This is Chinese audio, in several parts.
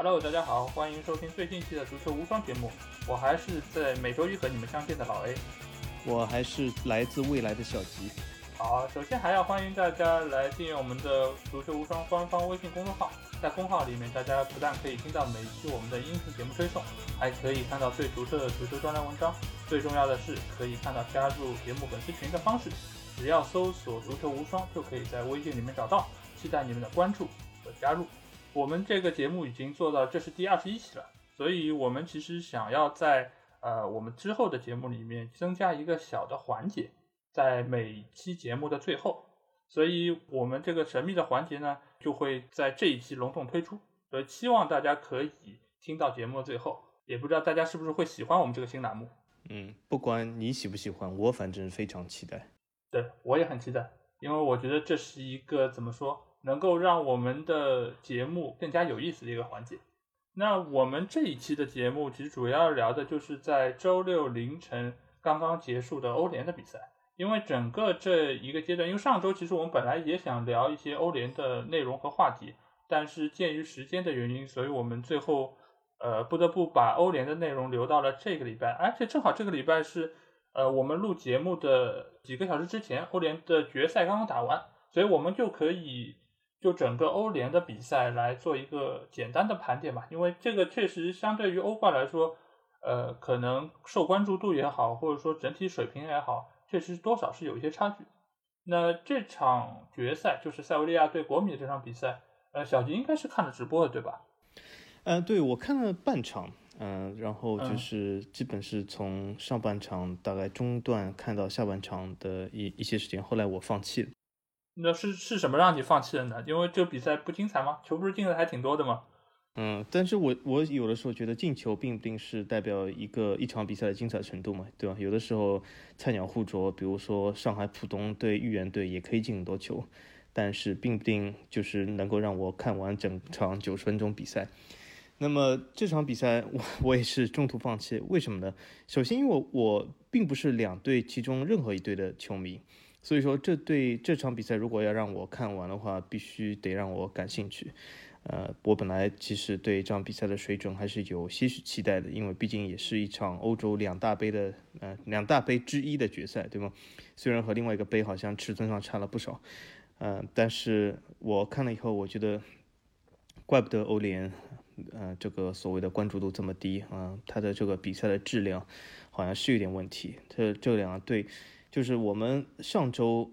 Hello， 大家好，欢迎收听最近期的足球无双节目。我还是在每周一和你们相见的老 A， 我还是来自未来的小吉。 好，首先还要欢迎大家来订阅我们的足球无双官方微信公众号，在公号里面，大家不但可以听到每一期我们的音频节目推送，还可以看到最独特的足球专栏文章。最重要的是，可以看到加入节目粉丝群的方式，只要搜索足球无双就可以在微信里面找到。期待你们的关注和加入。我们这个节目已经做到这是第21期了，所以我们其实想要在我们之后的节目里面增加一个小的环节，在每期节目的最后，所以我们这个神秘的环节呢就会在这一期隆重推出，所以希望大家可以听到节目的最后，也不知道大家是不是会喜欢我们这个新栏目。 不管你喜不喜欢，我反正非常期待。 对，我也很期待，因为我觉得这是一个怎么说，能够让我们的节目更加有意思的一个环节。那我们这一期的节目其实主要聊的就是在周六凌晨刚刚结束的欧联的比赛。因为整个这一个阶段，因为上周其实我们本来也想聊一些欧联的内容和话题，但是鉴于时间的原因，所以我们最后不得不把欧联的内容留到了这个礼拜，而且正好这个礼拜是我们录节目的几个小时之前，欧联的决赛刚刚打完，所以我们就可以就整个欧联的比赛来做一个简单的盘点吧。因为这个确实相对于欧冠来说，可能受关注度也好，或者说整体水平也好，确实多少是有一些差距。那这场决赛就是塞维利亚对国米的这场比赛，小吉应该是看了直播的对吧？ 对，我看了半场，然后就是基本是从上半场大概中段看到下半场的一些时间，后来我放弃了。 那是什么让你放弃了呢？因为这个比赛不精彩吗？球不是进的还挺多的吗？ 但是我有的时候觉得进球并不一定是代表一场比赛的精彩程度嘛，对吧？有的时候菜鸟互啄，比如说上海浦东对豫园队也可以进很多球，但是并不一定就是能够让我看完整场90分钟比赛。那么这场比赛我也是中途放弃，为什么呢？首先因为我并不是两队其中任何一队的球迷，所以说这场比赛如果要让我看完的话，必须得让我感兴趣。我本来其实对这场比赛的水准还是有些许期待的，因为毕竟也是一场欧洲两大杯之一的决赛，对吗？虽然和另外一个杯好像尺寸上差了不少，但是我看了以后，我觉得怪不得欧联这个所谓的关注度这么低啊，它的这个比赛的质量好像是有点问题。这两个队，就是我们上周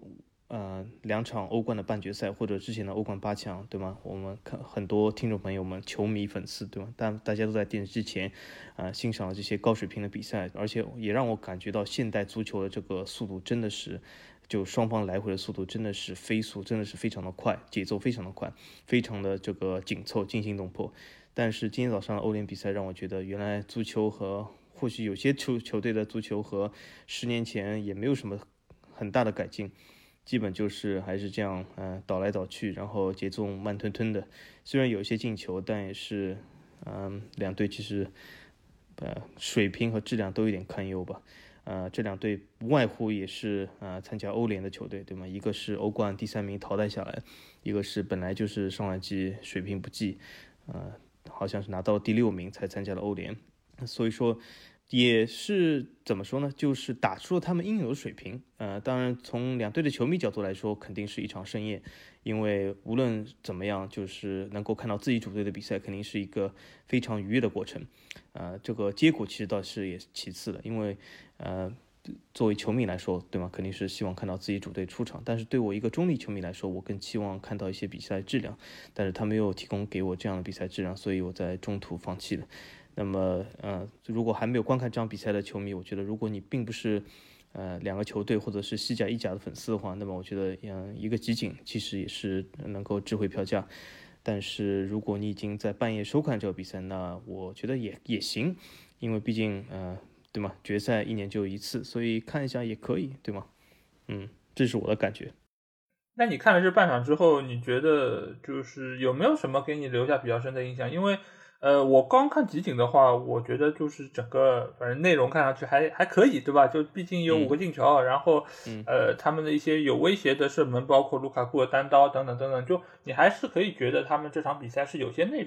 2场欧冠的半决赛或者之前的欧冠8强，对吗？我们看很多听众朋友们、球迷粉丝，对吗？大家都在电视机前欣赏了这些高水平的比赛，而且也让我感觉到现代足球的这个速度真的是。就双方来回的速度真的是飞速，真的是非常的快，节奏非常的快，非常的这个紧凑，惊心动魄。但是今天早上的欧联比赛让我觉得，原来足球和或许有些球队的足球和10年前也没有什么很大的改进，基本就是还是这样，倒来倒去，然后节奏慢吞吞的。虽然有一些进球，但也是，两队其实，水平和质量都有点堪忧吧。这两队不外乎也是参加欧联的球队，对吗？一个是欧冠第3名淘汰下来，一个是本来就是上赛季水平不济，好像是拿到第6名才参加了欧联，所以说也是怎么说呢？就是打出了他们应有的水平。当然从两队的球迷角度来说，肯定是一场盛宴，因为无论怎么样，就是能够看到自己主队的比赛，肯定是一个非常愉悦的过程。这个结果其实倒是也其次的，因为作为球迷来说，对吗？肯定是希望看到自己主队出场。但是对我一个中立球迷来说，我更期望看到一些比赛质量，但是他没有提供给我这样的比赛质量，所以我在中途放弃了。那么如果还没有观看这场比赛的球迷，我觉得如果你并不是两个球队或者是西甲、意甲的粉丝的话，那么我觉得一个集锦其实也是能够值回票价。但是如果你已经在半夜收看这个比赛，那我觉得也行，因为毕竟对吗？决赛1年就一次，所以看一下也可以，对吗？这是我的感觉。 那你看了这半场之后，你觉得就是有没有什么给你留下比较深的印象？因为我刚看集锦的话，我觉得就是整个反正内容看上去还可以，对吧？就毕竟有5个进球，然后他们的一些有威胁的射门，包括卢卡库的单刀等等等等，就你还是可以觉得他们这场比赛是有些内容。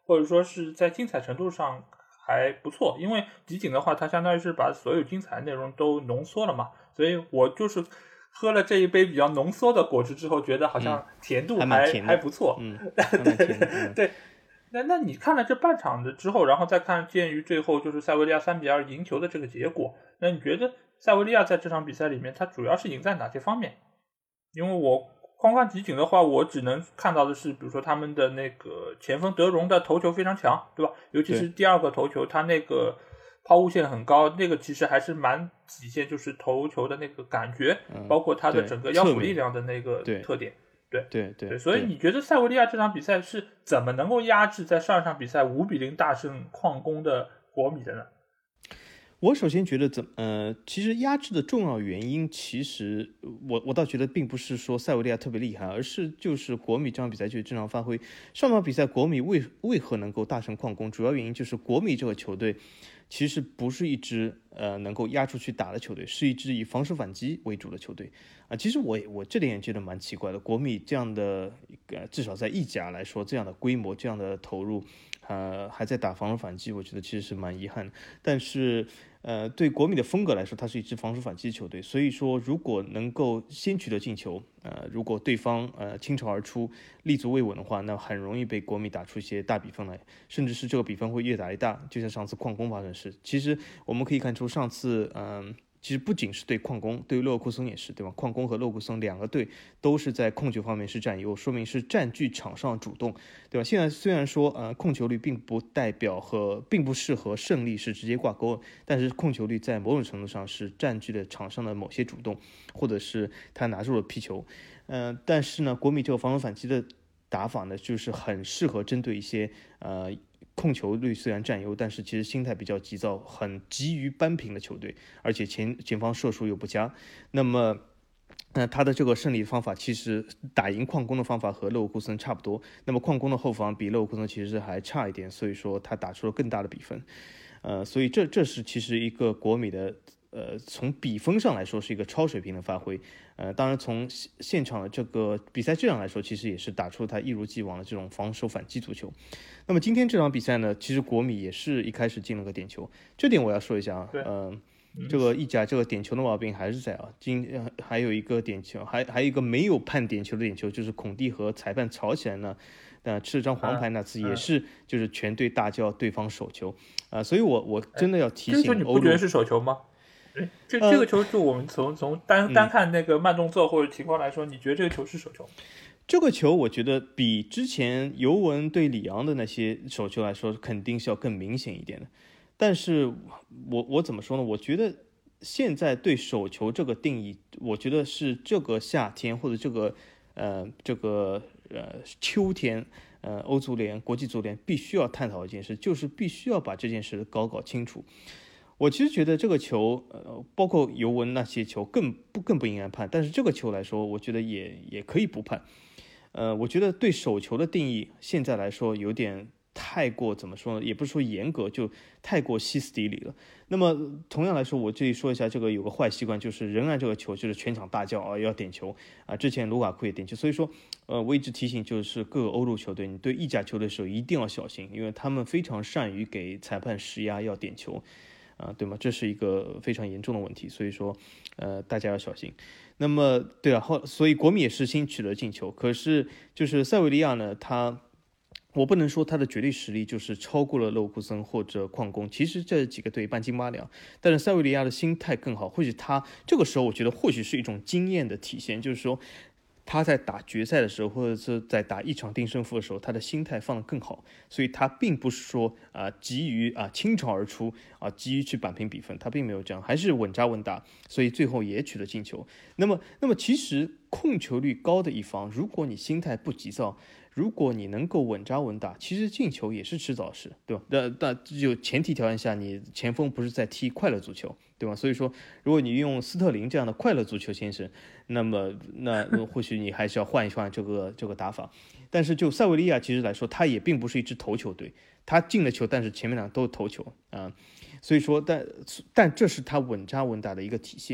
或者说是在精彩程度上还不错。因为集锦的话，它相当于是把所有精彩内容都浓缩了嘛，所以我就是喝了这一杯比较浓缩的果汁之后，觉得好像甜度还不错。对。那你看了这半场的之后，然后再看鉴于最后就是塞维利亚3-2赢球的这个结果，那你觉得塞维利亚在这场比赛里面，它主要是赢在哪些方面？因为我光看集锦的话，我只能看到的是，比如说他们的那个前锋德容的头球非常强，对吧？尤其是第二个头球，他那个抛物线很高，那个其实还是蛮体现就是头球的那个感觉，包括他的整个腰腹力量的那个特点。对，所以你觉得塞维利亚这场比赛是怎么能够压制在上一场比赛5-0大胜矿工的国米的呢？ 我首先觉得其实压制的重要原因，其实我倒觉得并不是说塞维利亚特别厉害，而是就是国米这场比赛就是正常发挥。上场比赛国米为何能够大胜矿工，主要原因就是国米这个球队其实不是一支能够压出去打的球队，是一支以防守反击为主的球队其实我这点也觉得蛮奇怪的，国米这样的至少在意甲来说，这样的规模这样的投入还在打防守反击，我觉得其实是蛮遗憾的。但是对国米的风格来说，它是一支防守反击球队，所以说如果能够先取得进球，如果对方倾巢而出，立足未稳的话，那很容易被国米打出一些大比分来，甚至是这个比分会越打越大，就像上次矿工发生的事。其实我们可以看出，上次其实不仅是对矿工，对于勒沃库森也是，对吧？矿工和勒沃库森两个队都是在控球方面是占优，说明是占据场上主动，对吧？现在虽然说控球率并不是和胜利是直接挂钩，但是控球率在某种程度上是占据了场上的某些主动，或者是他拿住了皮球。但是呢，国米这个防守反击的打法呢，就是很适合针对一些控球率虽然占优，但是其实心态比较急躁，很急于扳平的球队，而且前方射术又不佳。那么他的这个胜利方法其实打赢矿工的方法和勒沃库森差不多，那么矿工的后防比勒沃库森其实还差一点，所以说他打出了更大的比分。所以这是其实一个国米的从比分上来说是一个超水平的发挥。当然从现场的这个比赛质量来说，其实也是打出他一如既往的这种防守反击足球。那么今天这场比赛呢，其实国米也是一开始进了个点球，这点我要说一下这个意甲这个点球的毛病还是在还有一个点球，还有一个没有判点球的点球，就是孔蒂和裁判吵起来呢，吃了张黄牌那次也是就是全队大叫对方手球所以我真的要提醒这个球你不觉得是手球吗？这个球就我们从单看那个慢动作或者情况来说，你觉得这个球是手球？ 这个球我觉得比之前尤文对里昂的那些手球来说，肯定是要更明显一点的。但是我怎么说呢？我觉得现在对手球这个定义，我觉得是这个夏天或者这个秋天，欧足联、国际足联必须要探讨一件事，就是必须要把这件事搞清楚。我其实觉得这个球，包括尤文那些球更不应该判，但是这个球来说，我觉得也可以不判。我觉得对手球的定义现在来说有点太过怎么说呢？也不是说严格，就太过歇斯底里了。那么同样来说，我这里说一下这个有个坏习惯，就是仍然这个球就是全场大叫要点球之前卢卡库也点球，所以说我一直提醒就是各个欧陆球队，你对意甲球队的时候一定要小心，因为他们非常善于给裁判施压要点球。对吗？这是一个非常严重的问题，所以说，大家要小心。那么，对啊，所以国米也是新取得进球，可是就是塞维利亚呢，我不能说他的绝对实力就是超过了勒沃库森或者矿工，其实这几个队半斤八两，但是塞维利亚的心态更好，或许他这个时候我觉得或许是一种经验的体现，就是说。他在打决赛的时候，或者是在打一场定胜负的时候，他的心态放得更好，所以他并不是说急于倾巢而出急于去扳平比分，他并没有这样，还是稳扎稳打，所以最后也取得进球。那么其实控球率高的一方，如果你心态不急躁，如果你能够稳扎稳打，其实进球也是迟早的事，对吧？那就前提条件下，你前锋不是在踢快乐足球，对吧？所以说，如果你用斯特林这样的快乐足球先生，那或许你还是要换一换这个打法。但是就塞维利亚其实来说，他也并不是一支头球队，他进了球，但是前面两个都是头球所以说，但这是他稳扎稳打的一个体现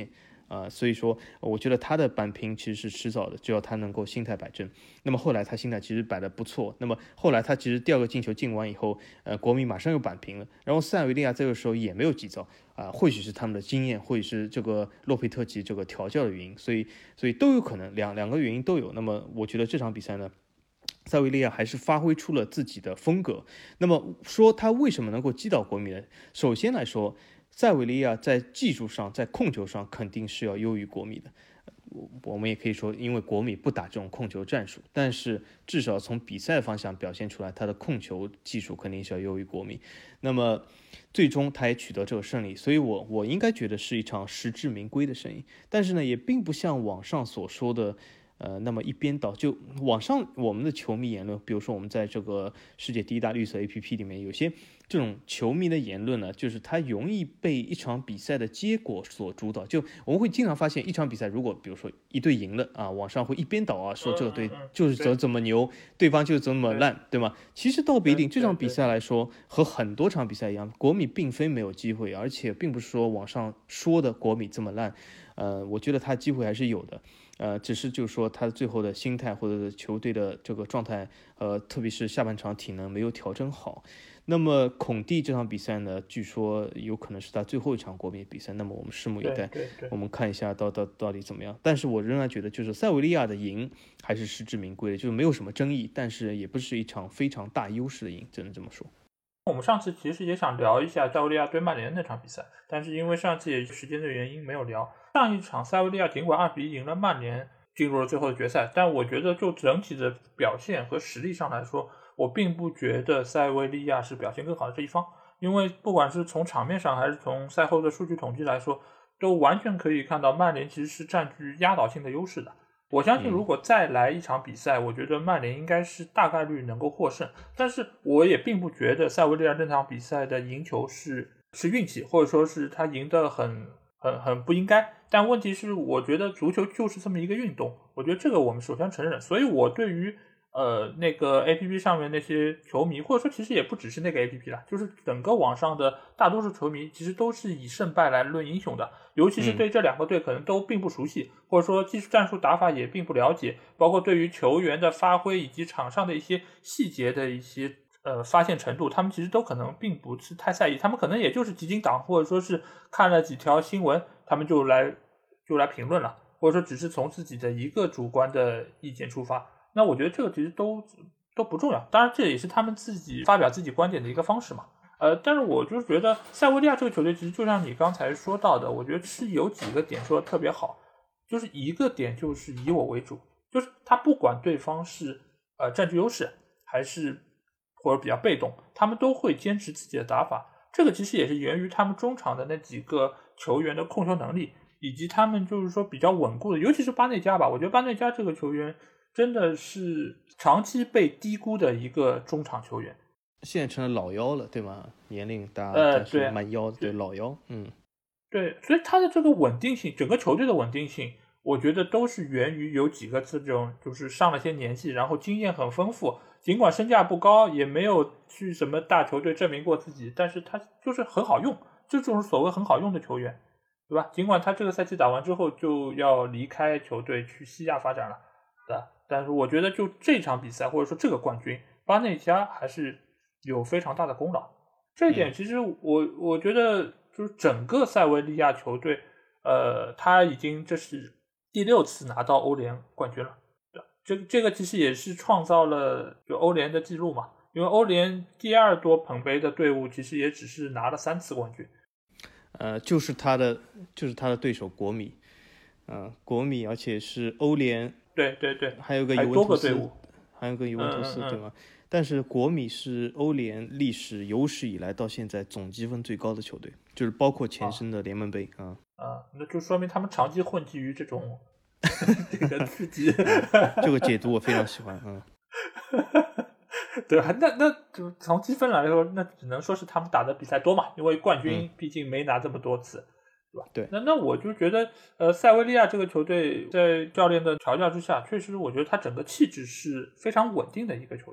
所以说我觉得他的扳平其实是迟早的，只要他能够心态摆正。那么后来他心态其实摆得不错，那么后来他其实第二个进球进完以后，国米马上又扳平了，然后塞尔维利亚这个时候也没有急躁或许是他们的经验，或许是这个洛佩特吉这个调教的原因，所以都有可能，两个原因都有。那么我觉得这场比赛呢，塞维利亚还是发挥出了自己的风格。那么说他为什么能够击倒国米呢？首先来说，塞维利亚在技术上，在控球上肯定是要优于国米的。我们也可以说，因为国米不打这种控球战术，但是至少从比赛方向表现出来，他的控球技术肯定是要优于国米。那么最终他也取得这个胜利，所以我应该觉得是一场实至名归的胜利。但是呢，也并不像网上所说的。那么一边倒，就网上我们的球迷言论，比如说我们在这个世界第一大绿色 APP 里面，有些这种球迷的言论呢，就是它容易被一场比赛的结果所主导。就我们会经常发现，一场比赛如果比如说一队赢了网上会一边倒说这个队就是怎么牛，对方就是怎么烂，对吗？其实倒不一定，这场比赛来说和很多场比赛一样，国米并非没有机会，而且并不是说网上说的国米这么烂，我觉得他机会还是有的。只是就是说他最后的心态或者是球队的这个状态，特别是下半场体能没有调整好。那么孔蒂这场比赛呢，据说有可能是他最后一场国米比赛，那么我们拭目以待，我们看一下到底怎么样。但是我仍然觉得，就是塞维利亚的赢还是实至名归的，就是没有什么争议，但是也不是一场非常大优势的赢，只能这么说。 我们上次其实也想聊一下塞维利亚对曼联那场比赛，但是因为上次也时间的原因没有聊。上一场塞维利亚尽管2-1赢了曼联，进入了最后的决赛，但我觉得就整体的表现和实力上来说，我并不觉得塞维利亚是表现更好的这一方，因为不管是从场面上还是从赛后的数据统计来说，都完全可以看到曼联其实是占据压倒性的优势的。我相信如果再来一场比赛，我觉得曼联应该是大概率能够获胜，但是我也并不觉得塞维利亚这场比赛的赢球是运气，或者说是他赢得很不应该。但问题是我觉得足球就是这么一个运动，我觉得这个我们首先承认。所以我对于那个 APP 上面那些球迷，或者说其实也不只是那个 APP 啦，就是整个网上的大多数球迷其实都是以胜败来论英雄的，尤其是对这两个队可能都并不熟悉，或者说技术战术打法也并不了解，包括对于球员的发挥以及场上的一些细节的一些发现程度，他们其实都可能并不是太在意，他们可能也就是几经党，或者说是看了几条新闻，他们就来评论了，或者说只是从自己的一个主观的意见出发。那我觉得这个其实都不重要，当然这也是他们自己发表自己观点的一个方式嘛。但是我就是觉得塞维利亚这个球队，其实就像你刚才说到的，我觉得是有几个点说的特别好，就是一个点就是以我为主，就是他不管对方是占据优势还是或者比较被动，他们都会坚持自己的打法。这个其实也是源于他们中场的那几个球员的控球能力，以及他们就是说比较稳固的，尤其是巴内加吧，我觉得巴内加这个球员真的是长期被低估的一个中场球员， 现在成了老妖了，对吗？年龄大，但是蛮妖的，对老妖， 对，所以他的这个稳定性，整个球队的稳定性，我觉得都是源于有几个这种就是上了些年纪，然后经验很丰富，尽管身价不高，也没有去什么大球队证明过自己，但是他就是很好用，这种所谓很好用的球员，对吧？尽管他这个赛季打完之后就要离开球队去西亚发展了，对吧？但是我觉得就这场比赛或者说这个冠军，巴内加还是有非常大的功劳。这一点其实我觉得就是整个塞维利亚球队，他已经这是第6次拿到欧联冠军了。这个其实也是创造了就欧联的记录嘛，因为欧联第2多捧杯的队伍其实也只是拿了3次冠军。 就是他的对手国米，国米，而且是欧联， 对， 还有个尤文图斯，对吗？但是国米是欧联历史有史以来到现在总积分最高的球队，就是包括前身的联盟杯那就说明他们长期混迹于这种这个刺激。 这个解读我非常喜欢对吧？那就从积分来说，那只能说是他们打的比赛多嘛，因为冠军毕竟没拿这么多次，对吧？ 对。 那我就觉得，塞维利亚这个球队在教练的调教之下，确实我觉得他整个气质是非常稳定的一个球队。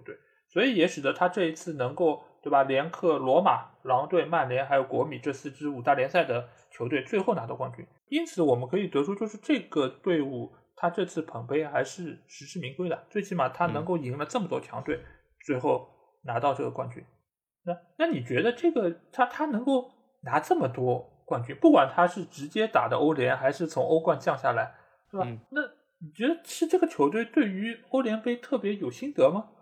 所以也使得他这一次能够，对吧，连克罗马、狼队、曼联还有国米这4支5大联赛的球队，最后拿到冠军。因此我们可以得出，就是这个队伍他这次捧杯还是实至名归的，最起码他能够赢了这么多强队，最后拿到这个冠军。那你觉得这个他能够拿这么多冠军，不管他是直接打的欧联还是从欧冠降下来，对吧？那你觉得是这个球队对于欧联杯特别有心得吗？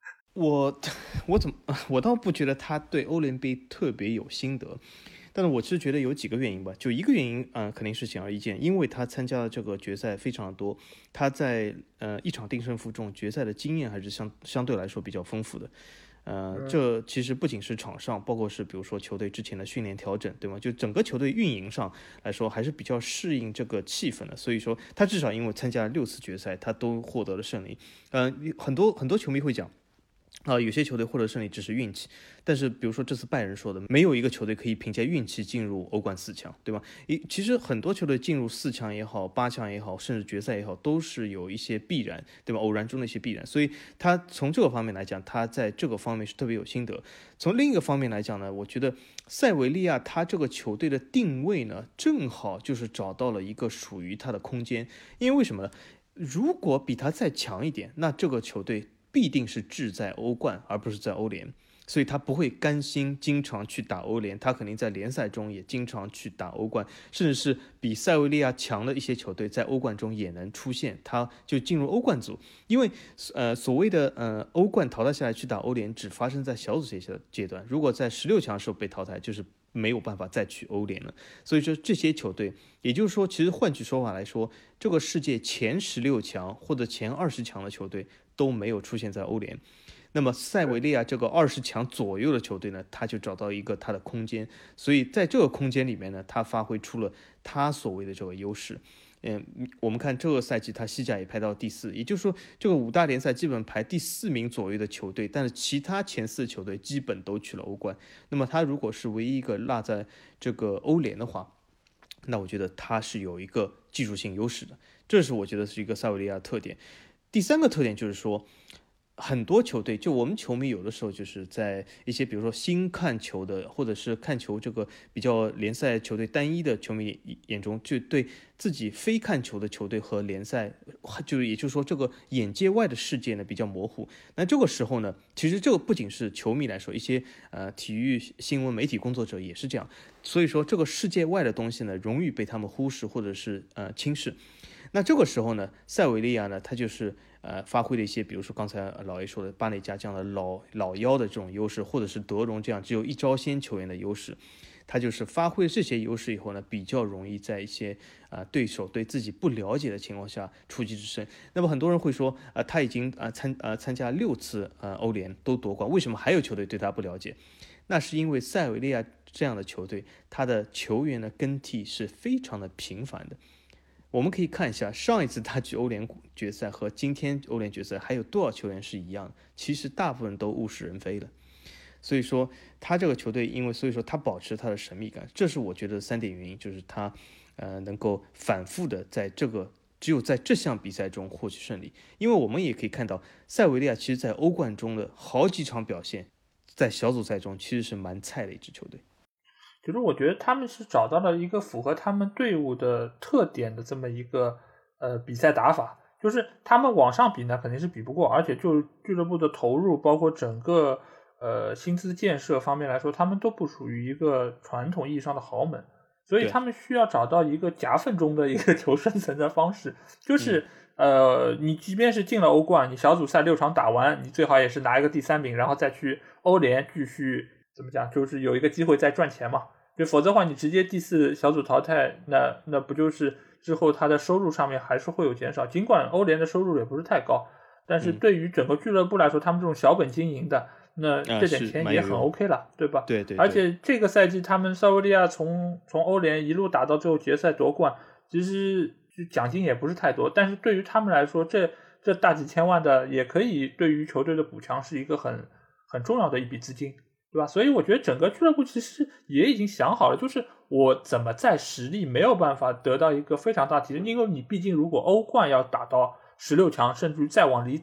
我倒不觉得他对欧联杯特别有心得，但是我是觉得有几个原因吧。就一个原因，肯定是显而易见，因为他参加的这个决赛非常的多，他在一场定胜负中决赛的经验还是相对来说比较丰富的。这其实不仅是场上，包括是比如说球队之前的训练调整，对吗？就整个球队运营上来说，还是比较适应这个气氛的。所以说，他至少因为参加了6次决赛，他都获得了胜利。很多球迷会讲，有些球队获得胜利只是运气，但是比如说这次拜仁说的，没有一个球队可以凭借运气进入欧冠4强，对吧？其实很多球队进入4强也好，8强也好，甚至决赛也好，都是有一些必然，对吧？偶然中的一些必然，所以他从这个方面来讲，他在这个方面是特别有心得。从另一个方面来讲呢，我觉得塞维利亚他这个球队的定位呢，正好就是找到了一个属于他的空间。因为为什么呢？如果比他再强一点，那这个球队必定是志在欧冠，而不是在欧联，所以他不会甘心经常去打欧联，他肯定在联赛中也经常去打欧冠，甚至是比塞维利亚强的一些球队在欧冠中也能出现，他就进入欧冠组。因为所谓的欧冠淘汰下来去打欧联，只发生在小组阶段，如果在16强的时候被淘汰，就是没有办法再去欧联了。所以说这些球队，也就是说，其实换句说法来说，这个世界前16强或者前20强的球队都没有出现在欧联。那么塞维利亚这个20强左右的球队呢，他就找到一个他的空间，所以在这个空间里面呢，他发挥出了他所谓的这个优势。我们看这个赛季他西甲也排到第4，也就是说这个5大联赛基本排第4名左右的球队，但是其他前4球队基本都去了欧冠。那么他如果是唯一一个落在这个欧联的话，那我觉得他是有一个技术性优势的，这是我觉得是一个塞维利亚的特点。第3个特点就是说，很多球队，就我们球迷有的时候就是在一些比如说新看球的，或者是看球这个比较联赛球队单一的球迷眼中，就对自己非看球的球队和联赛，也就是说这个眼界外的世界呢比较模糊。那这个时候呢，其实这个不仅是球迷来说，一些体育新闻媒体工作者也是这样。所以说这个世界外的东西呢，容易被他们忽视或者是轻视。那这个时候呢，塞维利亚呢，他就是发挥了一些，比如说刚才老 A 说的巴内加这样的老妖的这种优势，或者是德容这样只有一招鲜球员的优势，他就是发挥这些优势以后呢，比较容易在一些对手对自己不了解的情况下出奇制胜。那么很多人会说他已经参加6次欧联都夺冠，为什么还有球队对他不了解？那是因为塞维利亚这样的球队，他的球员的更替是非常的频繁的。我们可以看一下上一次他去欧联决赛和今天欧联决赛还有多少球员是一样的，其实大部分都物是人非了。所以说他这个球队，所以说他保持他的神秘感，这是我觉得3点原因，就是他能够反复的只有在这项比赛中获取胜利。因为我们也可以看到塞维利亚其实在欧冠中的好几场表现，在小组赛中其实是蛮菜的一支球队。 就是我觉得他们是找到了一个符合他们队伍的特点的这么一个比赛打法，就是他们往上比呢肯定是比不过，而且就俱乐部的投入，包括整个薪资建设方面来说，他们都不属于一个传统意义上的豪门，所以他们需要找到一个夹缝中的一个求生存的方式，就是你即便是进了欧冠，你小组赛6场打完，你最好也是拿一个第3名，然后再去欧联继续怎么讲，就是有一个机会再赚钱嘛。就否则的话，你直接第4小组淘汰，那不就是之后他的收入上面还是会有减少。尽管欧联的收入也不是太高，但是对于整个俱乐部来说，他们这种小本经营的，那这点钱也很 OK 了，对吧？ 对。 而且这个赛季他们塞维利亚从欧联一路打到最后决赛夺冠，其实奖金也不是太多，但是对于他们来说，这大几千万的也可以对于球队的补强是一个很重要的一笔资金。对吧？所以我觉得整个俱乐部其实也已经想好了，就是我怎么在实力没有办法得到一个非常大提升，因为你毕竟如果欧冠要打到16强，甚至于再往里走，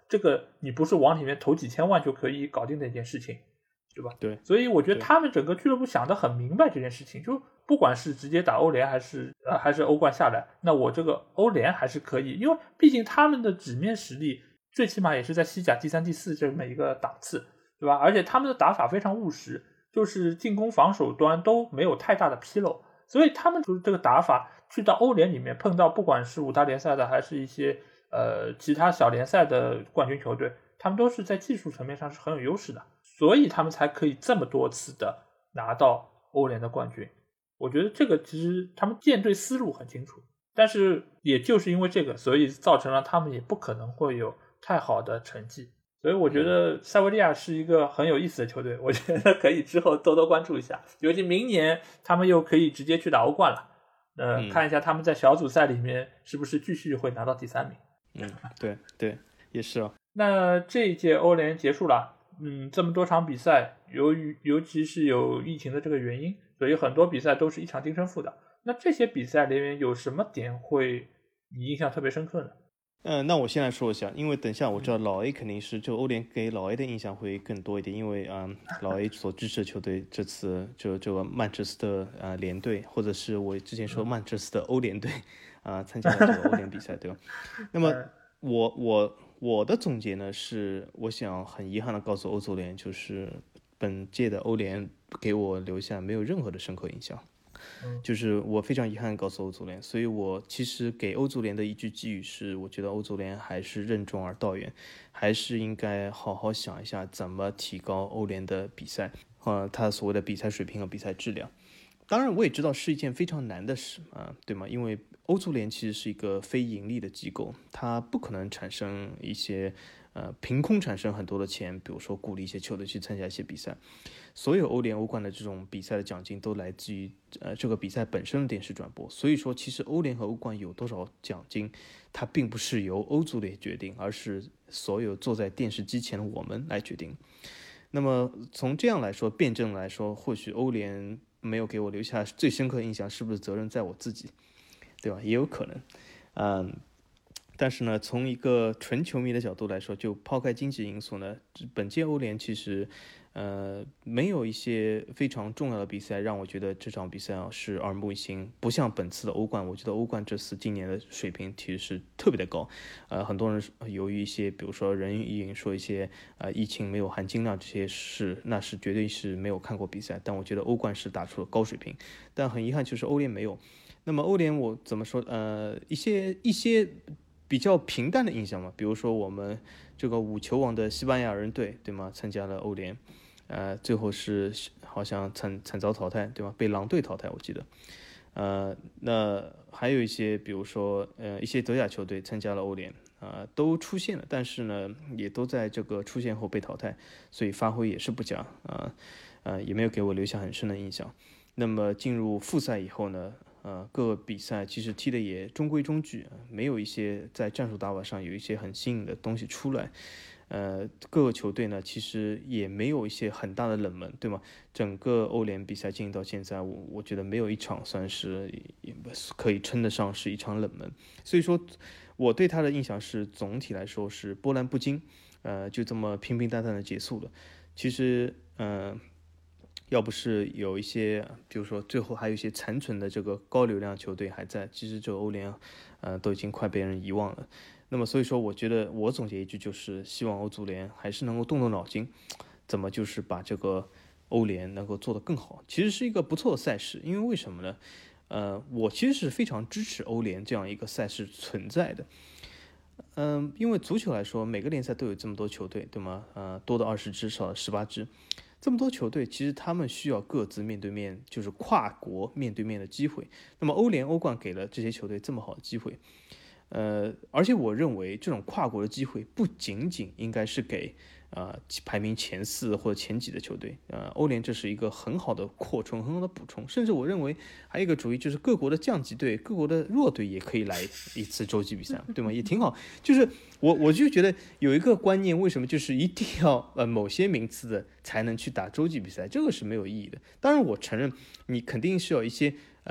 这个你不是往里面投几千万就可以搞定的一件事情，对吧？ 对， 所以我觉得他们整个俱乐部想得很明白这件事情，就不管是直接打欧联还是欧冠下来，那我这个欧联还是可以，因为毕竟他们的纸面实力最起码也是在西甲第3、第4这么一个档次，对吧？而且他们的打法非常务实，就是进攻防守端都没有太大的纰漏，所以他们就是这个打法去到欧联里面碰到不管是5大联赛的还是一些其他小联赛的冠军球队，他们都是在技术层面上是很有优势的，所以他们才可以这么多次的拿到欧联的冠军。我觉得这个其实他们建队思路很清楚，但是也就是因为这个，所以造成了他们也不可能会有太好的成绩。所以我觉得塞维利亚是一个很有意思的球队，我觉得可以之后多多关注一下，尤其明年他们又可以直接去打欧冠了，看一下他们在小组赛里面是不是继续会拿到第3名。 对对，也是啊。 那这一届欧联结束了，这么多场比赛，尤其是有疫情的这个原因，所以很多比赛都是一场定胜负的。那这些比赛里面有什么点会你印象特别深刻呢？ 那我先来说一下，因为等下我知道老 A 肯定是就欧联给老 A 的印象会更多一点，因为老 A 所支持的球队这次就这个曼彻斯特联队，或者是我之前说曼彻斯特欧联队参加了这个欧联比赛，对吧？那么我的总结呢是，我想很遗憾的告诉欧足联，就是本届的欧联给我留下没有任何的深刻印象。就是我非常遗憾告诉欧足联，所以我其实给欧足联的一句寄语是，我觉得欧足联还是任重而道远，还是应该好好想一下怎么提高欧联的比赛它所谓的比赛水平和比赛质量。当然我也知道是一件非常难的事对吗？因为欧足联其实是一个非盈利的机构，它不可能产生一些凭空产生很多的钱，比如说鼓励一些球队去参加一些比赛。所有欧联欧冠的这种比赛的奖金都来自于这个比赛本身的电视转播，所以说其实欧联和欧冠有多少奖金，它并不是由欧足联决定，而是所有坐在电视机前的我们来决定。那么从这样来说，辩证来说，或许欧联没有给我留下最深刻的印象，是不是责任在我自己，对吧？也有可能。但是呢，从一个纯球迷的角度来说，就抛开经济因素呢，本届欧联其实没有一些非常重要的比赛让我觉得这场比赛是耳目一新，不像本次的欧冠。我觉得欧冠这次今年的水平其实是特别的高，很多人由于一些比如说人云亦云说一些疫情没有含金量这些事，那是绝对是没有看过比赛。但我觉得欧冠是打出了高水平，但很遗憾就是欧联没有。那么欧联我怎么说？一些比较平淡的印象嘛，比如说我们这个5球王的西班牙人队，对吗？参加了欧联，最后是好像惨遭淘汰，对吗？被狼队淘汰，我记得。那还有一些，比如说一些德甲球队参加了欧联，都出现了，但是呢，也都在这个出现后被淘汰，所以发挥也是不佳也没有给我留下很深的印象。那么进入复赛以后呢？各个比赛其实踢的也中规中矩，没有一些在战术打法上有一些很新颖的东西出来。各个球队呢其实也没有一些很大的冷门，对吗？整个欧联比赛进行到现在，我觉得没有一场算是可以称得上是一场冷门。所以说，我对他的印象是总体来说是波澜不惊，就这么平平淡淡的结束了。其实，要不是有一些，比如说最后还有一些残存的这个高流量球队还在，其实这个欧联都已经快被人遗忘了。那么所以说，我觉得我总结一句就是，希望欧足联还是能够动动脑筋，怎么就是把这个欧联能够做得更好。其实是一个不错的赛事，因为为什么呢？我其实是非常支持欧联这样一个赛事存在的。因为足球来说，每个联赛都有这么多球队，对吗？多的20支，少的18支。这么多球队，其实他们需要各自面对面，就是跨国面对面的机会。那么欧联、欧冠给了这些球队这么好的机会，而且我认为这种跨国的机会不仅仅应该是给排名前4或者前几的球队，欧联这是一个很好的扩充，很好的补充。甚至我认为还有一个主意，就是各国的降级队、各国的弱队也可以来一次洲际比赛，对吗？也挺好。就是我就觉得有一个观念，为什么就是一定要某些名次的才能去打洲际比赛，这个是没有意义的。当然我承认你肯定是有一些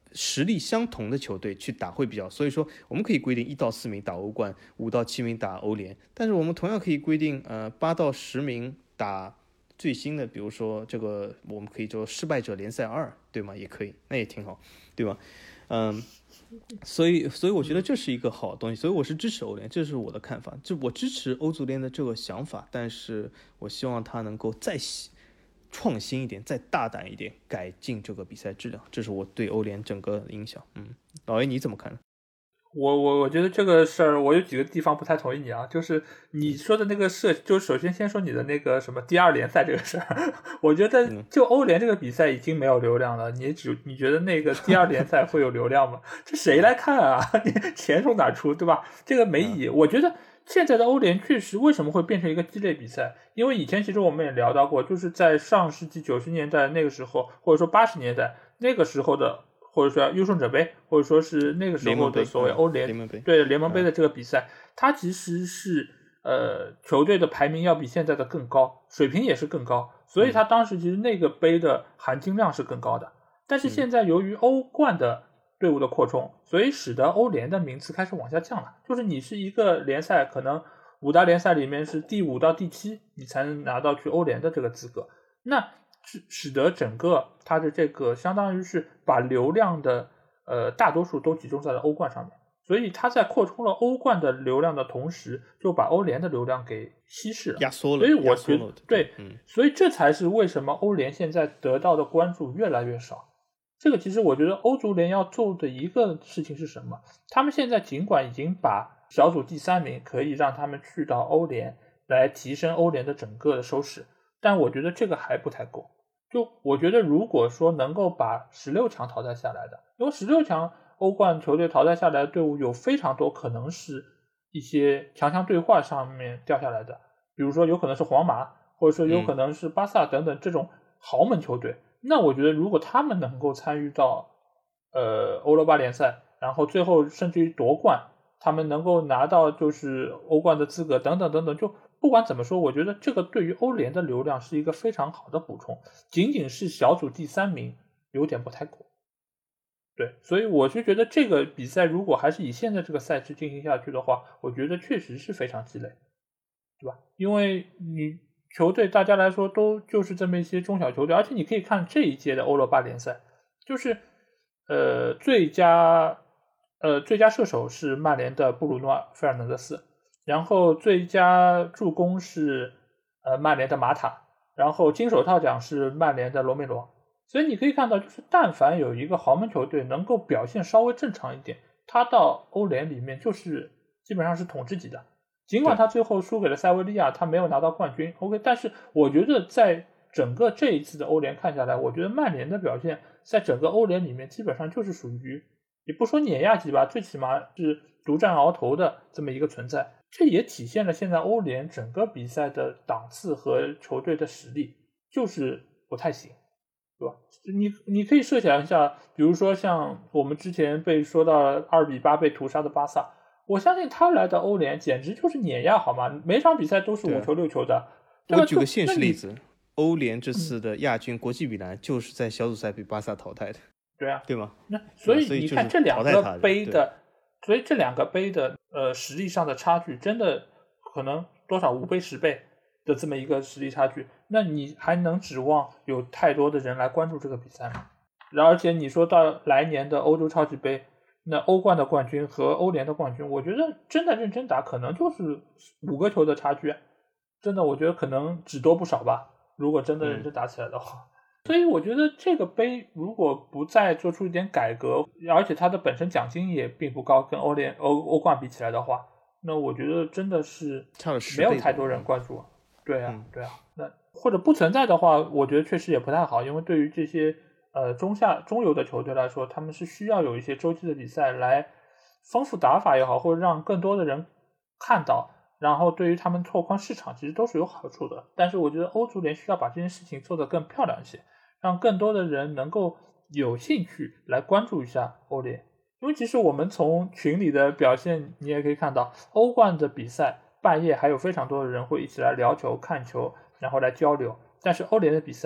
实力相同的球队去打会比较，所以说我们可以规定1到4名打欧冠，5到7名打欧联，但是我们同样可以规定8到10名打最新的，比如说这个我们可以做失败者联赛2，对吗？也可以，那也挺好，对吧？所以我觉得这是一个好东西，所以我是支持欧联，这是我的看法。就我支持欧足联的这个想法，但是我希望它能够再创新一点，再大胆一点，改进这个比赛质量，这是我对欧联整个影响。老 A 你怎么看呢？ 我觉得这个事儿，我有几个地方不太同意你啊，就是你说的那个就首先说你的那个什么第2联赛这个事儿，我觉得就欧联这个比赛已经没有流量了，你觉得那个第2联赛会有流量吗？这谁来看啊？你钱从哪出，对吧？这个没意义。我觉得现在的欧联确实为什么会变成一个鸡肋比赛？因为以前其实我们也聊到过，就是在上世纪90年代那个时候，或者说80年代那个时候的。或者说优胜者杯，或者说是那个时候的所谓欧联联盟杯的这个比赛，它其实是球队的排名要比现在的更高，水平也是更高，所以它当时其实那个杯的含金量是更高的。但是现在由于欧冠的队伍的扩充，所以使得欧联的名次开始往下降了。就是你是一个联赛，可能5大联赛里面是第5到第7，你才能拿到去欧联的这个资格。那使得整个它的这个相当于是把流量的大多数都集中在了欧冠上面，所以它在扩充了欧冠的流量的同时，就把欧联的流量给稀释了， 压缩了。 所以我觉得对，所以这才是为什么欧联现在得到的关注越来越少。这个其实我觉得欧足联要做的一个事情是什么？他们现在尽管已经把小组第3名可以让他们去到欧联来提升欧联的整个的收视，但我觉得这个还不太够。就我觉得如果说能够把16强淘汰下来的，因为16强欧冠球队淘汰下来的队伍有非常多可能是一些强对话上面掉下来的，比如说有可能是皇马，或者说有可能是巴萨等等这种豪门球队，那我觉得如果他们能够参与到欧罗巴联赛，然后最后甚至于夺冠，他们能够拿到就是欧冠的资格等等等等，就不管怎么说，我觉得这个对于欧联的流量是一个非常好的补充，仅仅是小组第3名有点不太够。对，所以我就觉得这个比赛如果还是以现在这个赛制进行下去的话，我觉得确实是非常鸡肋，对吧？因为你球队大家来说都就是这么一些中小球队，而且你可以看这一届的欧罗巴联赛，就是最佳射手是曼联的布鲁诺·费尔南德斯，然后最佳助攻是曼联的马塔，然后金手套奖是曼联的罗梅罗。所以你可以看到，就是但凡有一个豪门球队能够表现稍微正常一点，他到欧联里面就是基本上是统治级的。尽管他最后输给了塞维利亚，他没有拿到冠军 ，OK， 但是我觉得在整个这一次的欧联看下来，我觉得曼联的表现在整个欧联里面基本上就是属于，也不说碾压级吧，最起码是独占鳌头的这么一个存在。这也体现了现在欧联整个比赛的档次和球队的实力就是不太行。对吧？你可以设想一下，比如说像我们之前被说到2-8被屠杀的巴萨，我相信他来到欧联简直就是碾压，好吗？每场比赛都是5球6球的。 我举个现实例子，欧联这次的亚军国际米兰就是在小组赛被巴萨淘汰的。 对啊， 对吗？ 那所以你看这两个杯的，所以这两个杯的实力上的差距，真的可能多少5倍10倍的这么一个实力差距，那你还能指望有太多的人来关注这个比赛吗？而且你说到来年的欧洲超级杯，那欧冠的冠军和欧联的冠军，我觉得真的认真打可能就是5个球的差距，真的我觉得可能只多不少吧，如果真的认真打起来的话。所以我觉得这个杯如果不再做出一点改革，而且它的本身奖金也并不高，跟欧冠比起来的话，那我觉得真的是没有太多人关注。对啊，对啊，那或者不存在的话，我觉得确实也不太好，因为对于这些中游的球队来说，他们是需要有一些周期的比赛来丰富打法也好，或者让更多的人看到，然后对于他们拓宽市场其实都是有好处的。但是我觉得欧足联需要把这件事情做得更漂亮一些，让更多的人能够有兴趣来关注一下欧联。因为其实我们从群里的表现，你也可以看到，欧冠的比赛半夜还有非常多的人会一起来聊球、看球，然后来交流。但是欧联的比赛，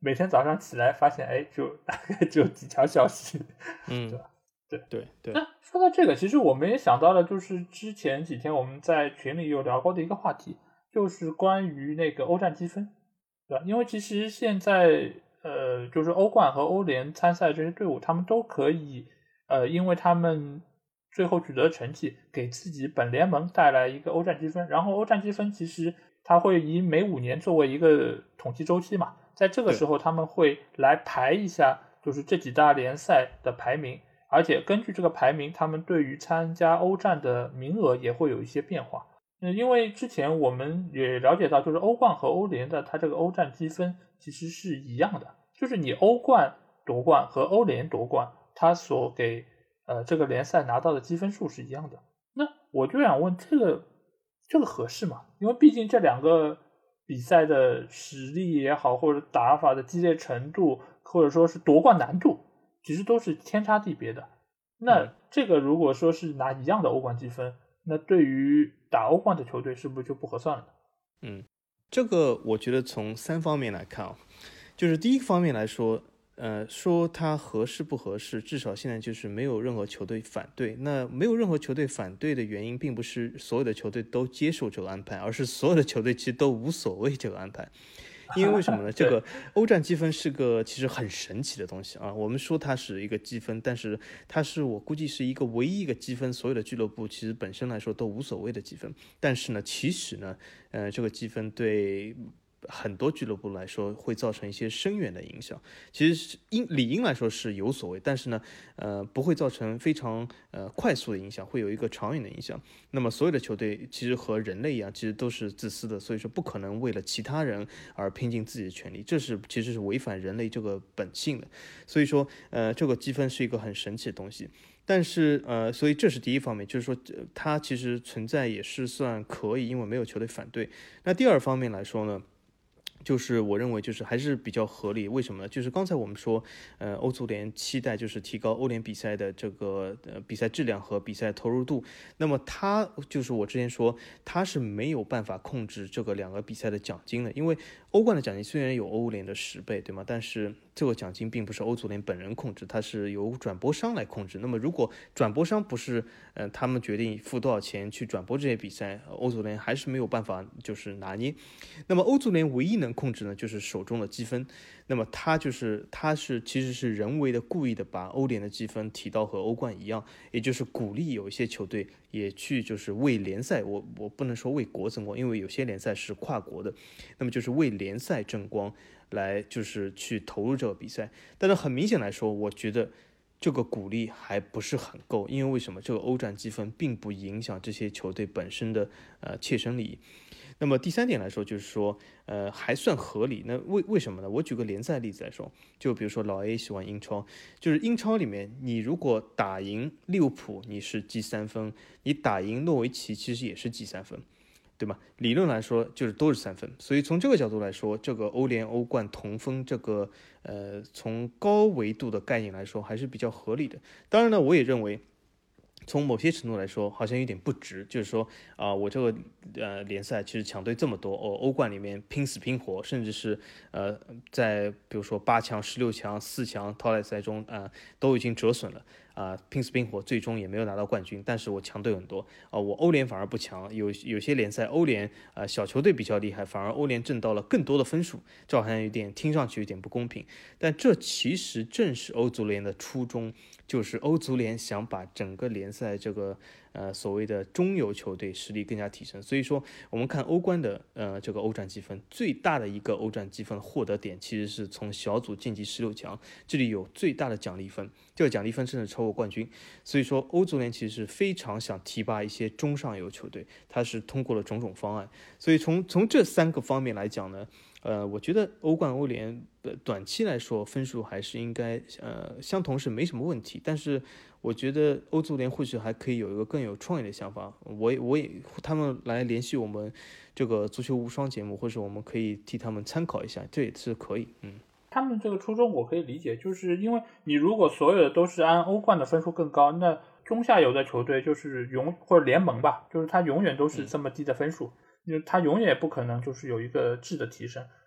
每天早上起来发现，哎，就大概只有几条消息，对吧？ 对。 那说到这个，其实我们也想到了，就是之前几天我们在群里有聊过的一个话题，就是关于那个欧战积分，对吧？因为其实现在就是欧冠和欧联参赛这些队伍，他们都可以因为他们最后取得成绩，给自己本联盟带来一个欧战积分。然后欧战积分其实它会以每5年作为一个统计周期嘛，在这个时候他们会来排一下，就是这几大联赛的排名，而且根据这个排名，他们对于参加欧战的名额也会有一些变化。因为之前我们也了解到，就是欧冠和欧联的它这个欧战积分其实是一样的，就是你欧冠夺冠和欧联夺冠，它所给这个联赛拿到的积分数是一样的。那我就想问，这个合适吗？因为毕竟这两个比赛的实力也好，或者打法的激烈程度，或者说是夺冠难度，其实都是天差地别的。那这个如果说是拿一样的欧冠积分，那对于打欧冠的球队是不是就不合算了呢？ 这个我觉得从3方面来看啊，就是第一个方面来说，说它合适不合适，至少现在就是没有任何球队反对。那没有任何球队反对的原因，并不是所有的球队都接受这个安排，而是所有的球队其实都无所谓这个安排。因为为什么呢？这个欧战积分是个其实很神奇的东西啊。我们说它是一个积分，但是它是我估计是一个唯一一个积分，所有的俱乐部其实本身来说都无所谓的积分。但是呢，其实呢，这个积分对很多俱乐部来说会造成一些深远的影响。其实理应来说是有所谓，但是呢，不会造成非常快速的影响，会有一个长远的影响。那么所有的球队其实和人类一样，其实都是自私的，所以说不可能为了其他人而拼尽自己的全力，其实是违反人类这个本性的。所以说，这个积分是一个很神奇的东西。但是所以这是第一方面，就是说它其实存在也是算可以，因为没有球队反对。那第二方面来说呢，就是我认为就是还是比较合理。为什么呢？就是刚才我们说，欧足联期待就是提高欧联比赛的这个比赛质量和比赛投入度。那么它就是我之前说，它是没有办法控制这个2个比赛的奖金的，因为欧冠的奖金虽然有欧联的10倍，对吗？但是这个奖金并不是欧足联本人控制，它是由转播商来控制。那么如果转播商不是他们决定付多少钱去转播这些比赛，欧足联还是没有办法就是拿捏。那么欧足联唯一能控制呢，就是手中的积分。那么它其实是人为的故意的把欧联的积分提到和欧冠一样，也就是鼓励有一些球队也去就是为联赛，我不能说为国争光，因为有些联赛是跨国的，那么就是为联赛争光来就是去投入这个比赛。但是很明显来说，我觉得这个鼓励还不是很够，因为为什么？这个欧战积分并不影响这些球队本身的切身利益。那么第3点来说，就是说，还算合理。那为什么呢？我举个联赛例子来说，就比如说老 A 喜欢英超，就是英超里面，你如果打赢利物浦，你是积3分；你打赢诺维奇，其实也是积3分，对吗？理论来说，就是都是3分。所以从这个角度来说，这个欧联、欧冠同分这个从高维度的概念来说，还是比较合理的。当然呢，我也认为，从某些程度来说，好像有点不值。就是说我这个联赛其实强队这么多，欧冠里面拼死拼活，甚至是在比如说8强、16强、4强淘汰赛中都已经折损了。拼死拼活，最终也没有拿到冠军，但是我强队很多我欧联反而不强，有些联赛欧联小球队比较厉害，反而欧联挣到了更多的分数，这好像听上去有点不公平，但这其实正是欧足联的初衷，就是欧足联想把整个联赛这个所谓的中游球队实力更加提升。所以说我们看欧冠的这个欧战积分，最大的一个欧战积分获得点其实是从小组晋级16强，这里有最大的奖励分，这个奖励分甚至超过冠军。所以说欧足联其实非常想提拔一些中上游球队，它是通过了种种方案。所以从这3个方面来讲呢，我觉得欧冠、欧联短期来说分数还是应该相同是没什么问题，但是我觉得欧足联或许还可以有一个更有创意的想法。他们来联系我们这个足球无双节目，或者我们可以替他们参考一下，这也是可以。 他们这个初衷我可以理解，就是因为你如果所有的都是按欧冠的分数更高，那中下游的球队就是或者联盟吧，就是它永远都是这么低的分数，他永远也不可能就是有一个质的提升。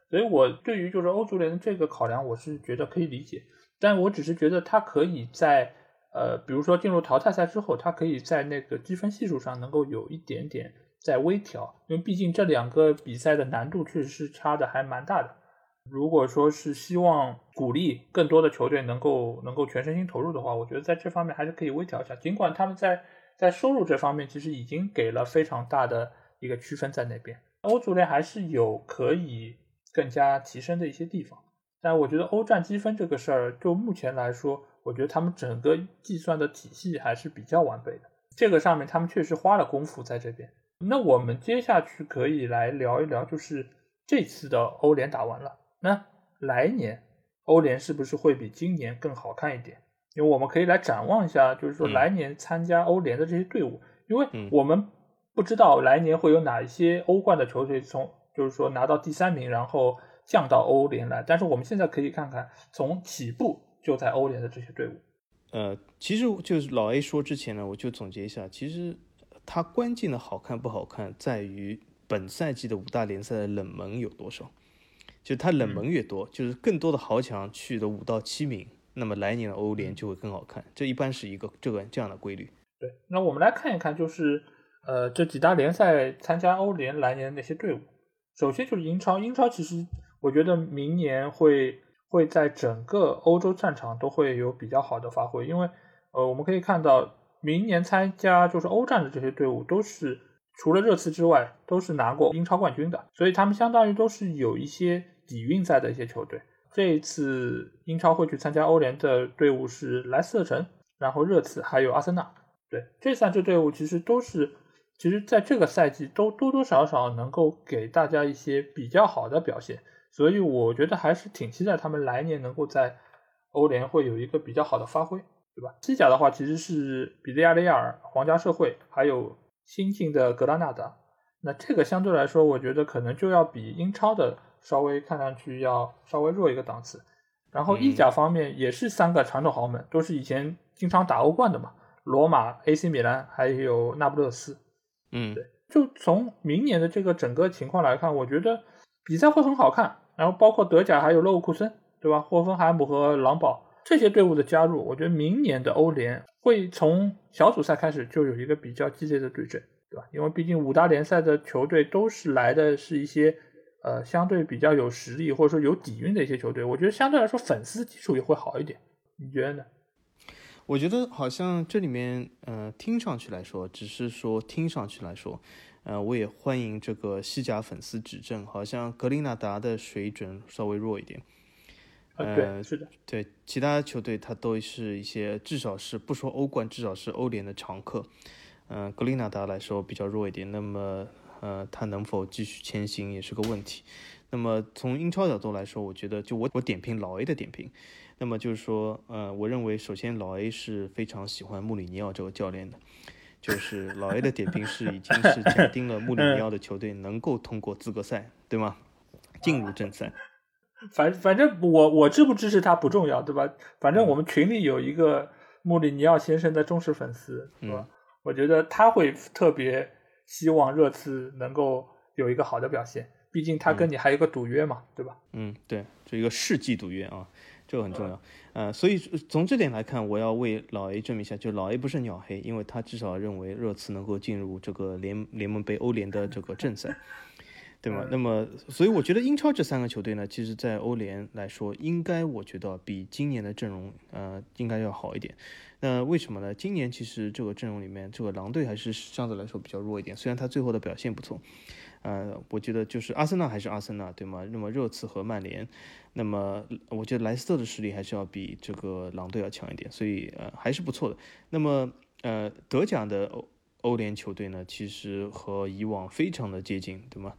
所以我对于就是欧足联的这个考量，我是觉得可以理解，但我只是觉得它可以在比如说进入淘汰赛之后，它可以在那个积分系数上能够有一点点在微调，因为毕竟这2个比赛的难度确实是差的还蛮大的。如果说是希望鼓励更多的球队能够全身心投入的话，我觉得在这方面还是可以微调一下。尽管他们在收入这方面其实已经给了非常大的一个区分在那边，欧足联还是有可以更加提升的一些地方。但我觉得欧战积分这个事儿，就目前来说，我觉得他们整个计算的体系还是比较完备的。这个上面他们确实花了功夫在这边。那我们接下去可以来聊一聊，就是这次的欧联打完了，那来年欧联是不是会比今年更好看一点？因为我们可以来展望一下，就是说来年参加欧联的这些队伍，因为我们不知道来年会有哪一些欧冠的球队就是说拿到第3名，然后降到欧联来。但是我们现在可以看看从起步就在欧联的这些队伍。 其实就是老 A 说之前呢，我就总结一下，其实它关键的好看不好看在于本赛季的5大联赛的冷门有多少。就是它冷门越多，就是更多的豪强去的5到7名，那么来年的欧联就会更好看。这一般是一个这样的规律。 对，那我们来看一看，就是这几大联赛参加欧联来年的那些队伍。首先就是英超，英超其实我觉得明年会在整个欧洲战场都会有比较好的发挥，因为我们可以看到明年参加就是欧战的这些队伍都是除了热刺之外都是拿过英超冠军的，所以他们相当于都是有一些底蕴在的一些球队。这一次英超会去参加欧联的队伍是莱斯特城，然后热刺还有阿森纳。对，这3支队伍其实在这个赛季都多多少少能够给大家一些比较好的表现，所以我觉得还是挺期待他们来年能够在欧联会有一个比较好的发挥，对吧？西甲的话其实是比利亚雷亚尔、皇家社会还有新晋的格拉纳达，那这个相对来说我觉得可能就要比英超的稍微看上去要稍微弱一个档次。然后意甲方面也是3个传统豪门，都是以前经常打欧冠的嘛，罗马、AC 米兰还有那不勒斯。对，就从明年的这个整个情况来看，我觉得比赛会很好看，然后包括德甲还有勒沃库森，对吧？霍芬海姆和狼堡这些队伍的加入，我觉得明年的欧联会从小组赛开始就有一个比较激烈的对阵，对吧？因为毕竟5大联赛的球队都是来的是一些相对比较有实力或者说有底蕴的一些球队，我觉得相对来说粉丝基础也会好一点，你觉得呢？ 我觉得好像这里面听上去来说，只是说听上去来说，我也欢迎这个西甲粉丝指正，好像格林纳达的水准稍微弱一点。 对，是的， 对，其他球队他都是一些至少是不说欧冠，至少是欧联的常客。格林纳达来说比较弱一点，那么他能否继续前行也是个问题。那么从英超角度来说，我觉得就我点评老 A 的点评，那么就是说，我认为首先老 A 是非常喜欢穆里尼奥这个教练的，就是老 A 的点评是已经是假定了穆里尼奥的球队能够通过资格赛，对吗？进入正赛。 反正我支不支持他不重要，对吧？反正我们群里有一个穆里尼奥先生的忠实粉丝，是吧？我觉得他会特别希望热刺能够有一个好的表现，毕竟他跟你还有一个赌约嘛，对吧？ 对，这一个世纪赌约啊，这个很重要。所以从这点来看，我要为老 A 证明一下，就老 A 不是鸟黑，因为他至少认为热刺能够进入这个联盟杯欧联的这个正赛。对吗？那么，所以我觉得英超这3个球队呢，其实在欧联来说，应该我觉得比今年的阵容应该要好一点。那为什么呢？今年其实这个阵容里面，这个狼队还是相对来说比较弱一点，虽然他最后的表现不错。我觉得就是阿森纳还是阿森纳，对吗？那么热刺和曼联，那么我觉得莱斯特的实力还是要比这个狼队要强一点，所以还是不错的。那么德甲的欧联球队呢，其实和以往非常的接近，对吗？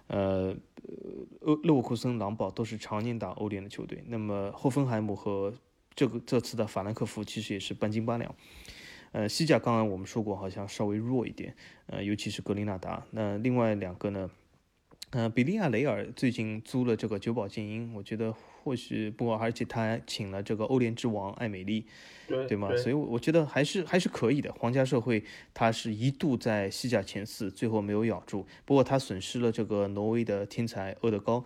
勒沃库森、狼堡都是常年打欧联的球队。那么霍芬海姆和这次的法兰克福其实也是半斤八两。西甲刚刚我们说过，好像稍微弱一点，尤其是格林纳达。那另外2个呢？比利亚雷尔最近租了这个久保建英，我觉得或许不过，而且他还请了这个欧联之王艾美丽，对吗？所以我觉得还是可以的。皇家社会他是一度在西甲前4，最后没有咬住，不过他损失了这个挪威的天才厄德高，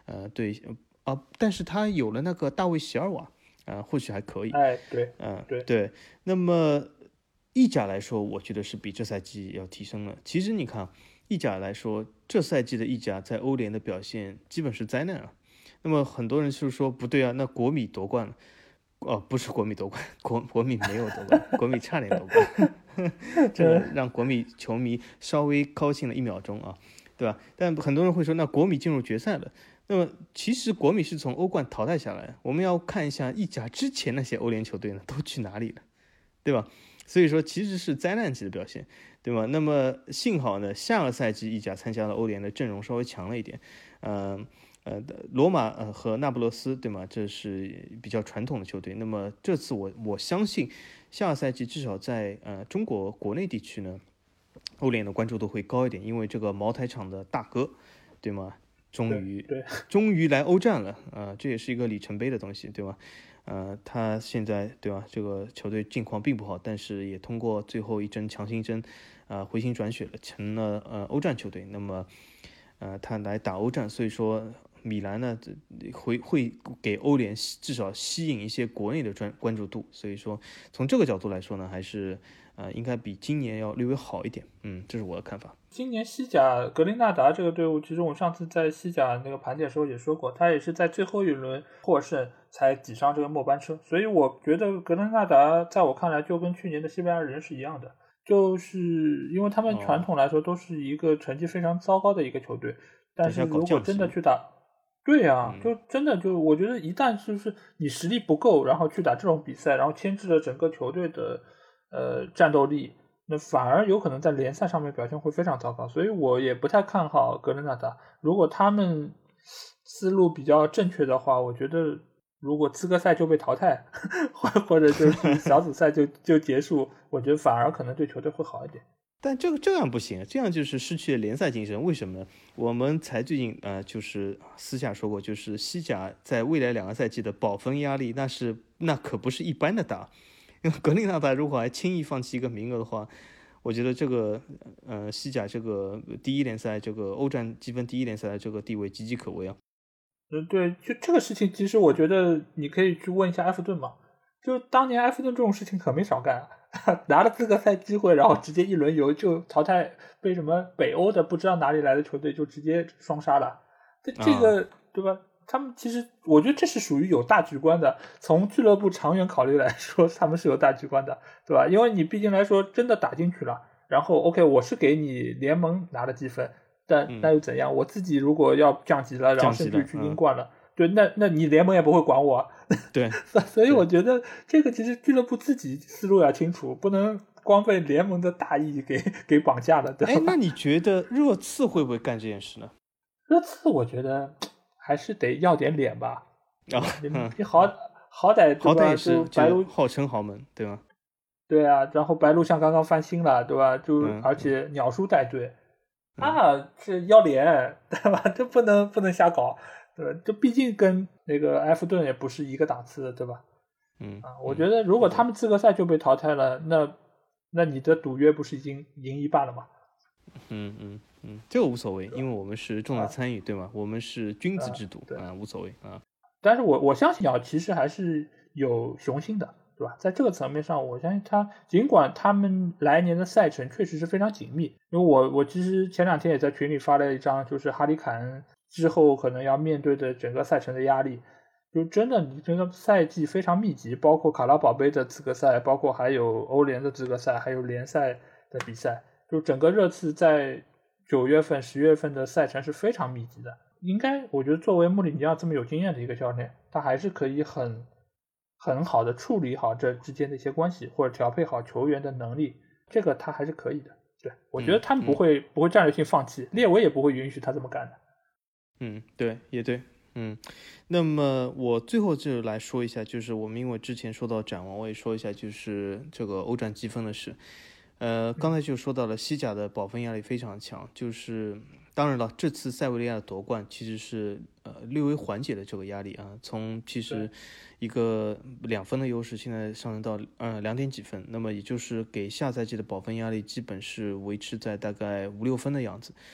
对，但是他有了那个大卫席尔瓦，或许还可以。 哎，对， 对。那么意甲来说，我觉得是比这赛季要提升了。其实你看，意甲来说，这赛季的意甲在欧联的表现基本是灾难啊。那么很多人就说不对啊，那国米夺冠了。不是国米夺冠，国米没有夺冠，国米差点夺冠，这个让国米球迷稍微高兴了1秒钟啊，对吧？但很多人会说，那国米进入决赛了。那么其实国米是从欧冠淘汰下来，我们要看一下意甲之前那些欧联球队呢都去哪里了，对吧？所以说其实是灾难级的表现，对吧？那么幸好呢，下个赛季意甲参加了欧联的阵容稍微强了一点，罗马和那不勒斯，对吗？这是比较传统的球队。那么这次我相信下个赛季至少在中国国内地区呢，欧联的关注度会高一点，因为这个茅台厂的大哥，对吗？终于来欧战了这也是一个里程碑的东西，对吧？他现在对吧？这个球队境况并不好，但是也通过最后一针强心针，回心转血了，成了欧战球队。那么他来打欧战，所以说米兰呢会给欧联至少吸引一些国内的关注度，所以说从这个角度来说呢，还是应该比今年要略微好一点，这是我的看法。 今年西甲格林纳达这个队伍，其实我上次在西甲那个盘点的时候也说过，他也是在最后一轮获胜才挤上这个末班车，所以我觉得格林纳达在我看来就跟去年的西班牙人是一样的，就是因为他们传统来说都是一个成绩非常糟糕的一个球队，但是如果真的去打，对啊，就真的就我觉得一旦就是你实力不够，然后去打这种比赛，然后牵制了整个球队的战斗力，那反而有可能在联赛上面表现会非常糟糕，所以我也不太看好格林纳达。如果他们思路比较正确的话，我觉得如果资格赛就被淘汰，或者就是小组赛就结束，我觉得反而可能对球队会好一点。 但这样不行，这样就是失去了联赛精神。为什么呢？我们才最近就是私下说过，就是西甲在未来2个赛季的保分压力，那可不是一般的大。因为格林纳达如果还轻易放弃一个名额的话，我觉得这个西甲这个第一联赛，这个欧战积分第一联赛的这个地位岌岌可危啊。 对，就这个事情，其实我觉得你可以去问一下埃弗顿嘛。就当年埃弗顿这种事情可没少干啊，拿了资格赛机会，然后直接一轮游就淘汰被什么北欧的不知道哪里来的球队就直接双杀了。这个对吧？他们其实我觉得这是属于有大局观的，从俱乐部长远考虑来说，他们是有大局观的，对吧？因为你毕竟来说真的打进去了，然后 OK 我是给你联盟拿了积分，但那又怎样？我自己如果要降级了，然后甚至去英冠了，对，那你联盟也不会管我。 对， 所以我觉得这个其实俱乐部自己思路要清楚，不能光被联盟的大意给绑架了，对吧？ 那你觉得热刺会不会干这件事呢？ 热刺我觉得还是得要点脸吧。你好歹是白鹿号称豪门，对吗？ 对啊，然后白鹿巷刚刚翻新了，对吧？而且鸟叔带队是要脸，对吧？这不能瞎搞，对吧？这毕竟跟那个埃弗顿也不是一个档次的，对吧？我觉得如果他们资格赛就被淘汰了，那你的赌约不是已经赢一半了吗？ 这个无所谓，因为我们是重大参与，对吗？我们是君子制度无所谓啊。 但是我相信其实还是有雄心的，对吧？在这个层面上，我相信尽管他们来年的赛程确实是非常紧密，因为我其实前2天也在群里发了一张，就是哈里凯恩之后可能要面对的整个赛程的压力，就真的你这个赛季非常密集，包括卡拉宝杯的资格赛，包括还有欧联的资格赛，还有联赛的比赛，就整个热刺在9月份、10月份的赛程是非常密集的。应该我觉得作为穆里尼奥这么有经验的一个教练，他还是可以很好的处理好这之间的一些关系，或者调配好球员的能力，这个他还是可以的。对，我觉得他们不会战略性放弃，列维也不会允许他这么干的。 对，也对。那么我最后就来说一下，就是我们因为之前说到展望，我也说一下就是这个欧战积分的事。刚才就说到了西甲的保分压力非常强，就是当然了，这次塞维利亚的夺冠其实是略微缓解了这个压力啊，从其实一个2分的优势，现在上升到2点几分，那么也就是给下赛季的保分压力基本是维持在大概5-6分的样子。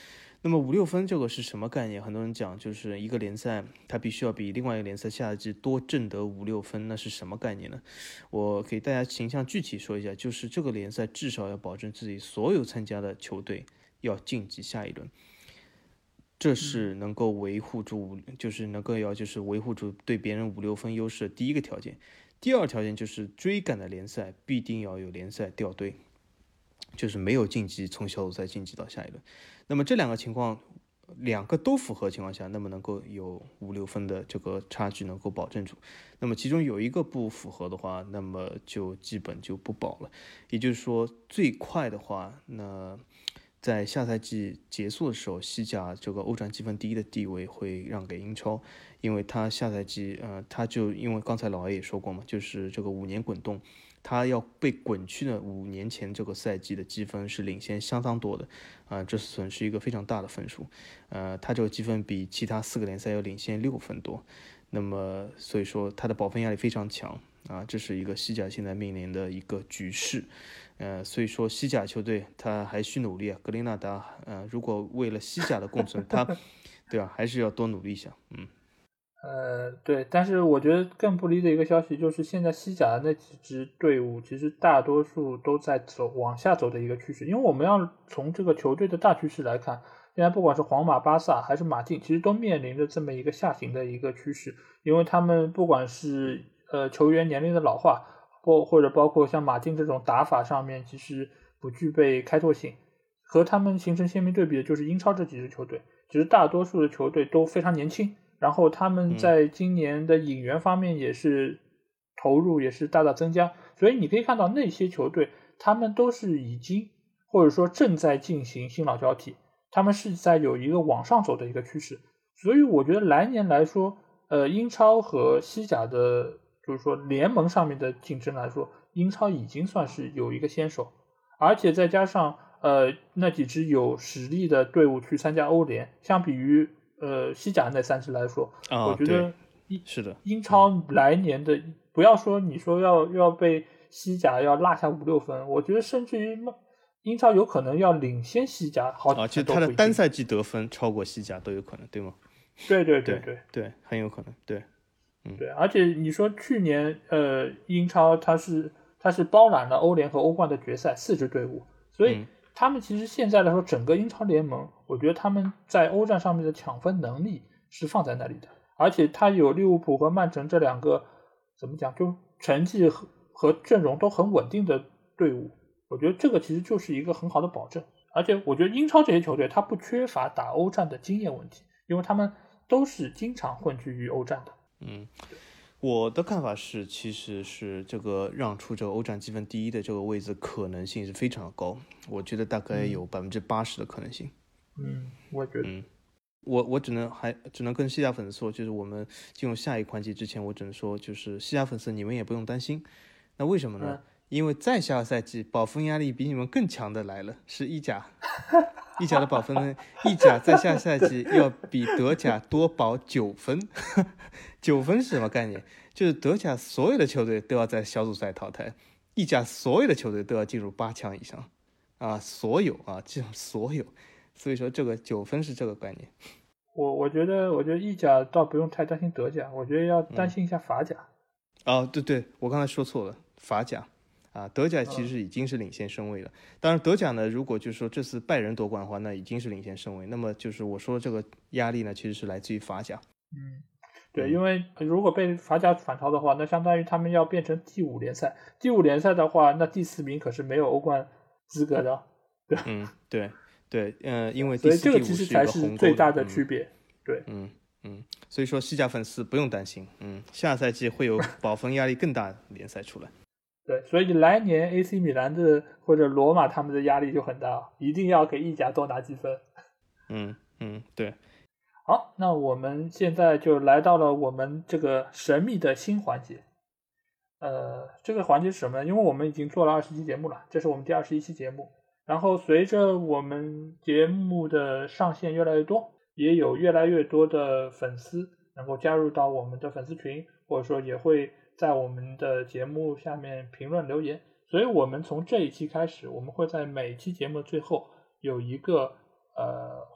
那么5-6分这个是什么概念？很多人讲就是一个联赛它必须要比另外一个联赛下赛季多挣得5-6分，那是什么概念呢？我给大家形象具体说一下，就是这个联赛至少要保证自己所有参加的球队要晋级下一轮。这是能够维护住，就是维护住对别人5-6分优势的第一个条件。第二条件就是追赶的联赛必定要有联赛掉队，就是没有晋级从小组赛晋级到下一轮。那么这两个情况，两个都符合情况下，那么能够有5-6分的这个差距能够保证住。那么其中有一个不符合的话，那么就基本就不保了。也就是说，最快的话，那在下赛季结束的时候，西甲这个欧战积分第一的地位会让给英超，因为他下赛季，他就因为刚才老 A 也说过嘛，就是这个5年滚动，他要被滚去的5年前这个赛季的积分是领先相当多的，这损失一个非常大的分数，他这个积分比其他4个联赛要领先6分多，那么所以说他的保分压力非常强。这是一个西甲现在面临的一个局势，所以说西甲球队他还需努力啊。格林纳达，如果为了西甲的共存，他，对吧，还是要多努力一下。 对，但是我觉得更不利的一个消息就是，现在西甲的那几支队伍其实大多数都在往下走的一个趋势，因为我们要从这个球队的大趋势来看，现在不管是皇马、巴萨还是马竞，其实都面临着这么一个下行的一个趋势，因为他们不管是球员年龄的老化，或者包括像马竞这种打法上面其实不具备开拓性，和他们形成鲜明对比的就是英超这几支球队，其实大多数的球队都非常年轻，然后他们在今年的引援方面也是投入也是大大增加，所以你可以看到那些球队他们都是已经或者说正在进行新老交替，他们是在有一个往上走的一个趋势，所以我觉得来年来说英超和西甲的就是说联盟上面的竞争来说，英超已经算是有一个先手，而且再加上那几支有实力的队伍去参加欧联，相比于西甲那3支来说，我觉得是的， 英超来年的不要说你说要被西甲要落下5-6分，我觉得甚至于英超有可能要领先西甲好几分， 就他的单赛季得分超过西甲都有可能，对吗？ 对， 很有可能，对。 对，而且你说去年英超它是包揽了欧联和欧冠的决赛4支队伍，所以他们其实现在来说整个英超联盟，我觉得他们在欧战上面的抢分能力是放在那里的，而且他有利物浦和曼城这2个怎么讲，就成绩和阵容都很稳定的队伍，我觉得这个其实就是一个很好的保证，而且我觉得英超这些球队他不缺乏打欧战的经验问题，因为他们都是经常混迹于欧战的。 我的看法是，其实是这个让出这个欧战积分第一的这个位置可能性是非常高，我觉得大概有80%的可能性。 我也觉得。 我只能跟西甲粉丝说，就是我们进入下一个环节之前，我只能说，就是西甲粉丝你们也不用担心。那为什么呢？因为再下个赛季保分压力比你们更强的来了，是意甲。意甲的保分呢？意甲在下赛季要比德甲多保9分。9分是什么概念？就是德甲所有的球队都要在小组赛淘汰，意甲所有的球队都要进入8强以上所有这种所有，所以说这个9分是这个概念。 我觉得意甲倒不用太担心德甲，我觉得要担心一下法甲。 对，我刚才说错了，法甲。德甲其实已经是领先身位了。当然，德甲呢，如果就是说这次拜仁夺冠的话，那已经是领先身位。那么就是我说这个压力呢，其实是来自于法甲。 对，因为如果被法甲反超的话，那相当于他们要变成第5联赛。第5联赛的话，那第4名可是没有欧冠资格的。 对，因为所以这个其实才是最大的区别。对， 所以说西甲粉丝不用担心，下赛季会有保分压力更大的联赛出来。 对，所以来年 AC 米兰的或者罗马他们的压力就很大，一定要给意甲多拿几分。 对。 好，那我们现在就来到了我们这个神秘的新环节。这个环节是什么呢？因为我们已经做了20期节目了，这是我们第21期节目。然后随着我们节目的上线越来越多，也有越来越多的粉丝能够加入到我们的粉丝群，或者说也会在我们的节目下面评论留言，所以我们从这一期开始，我们会在每期节目的最后有一个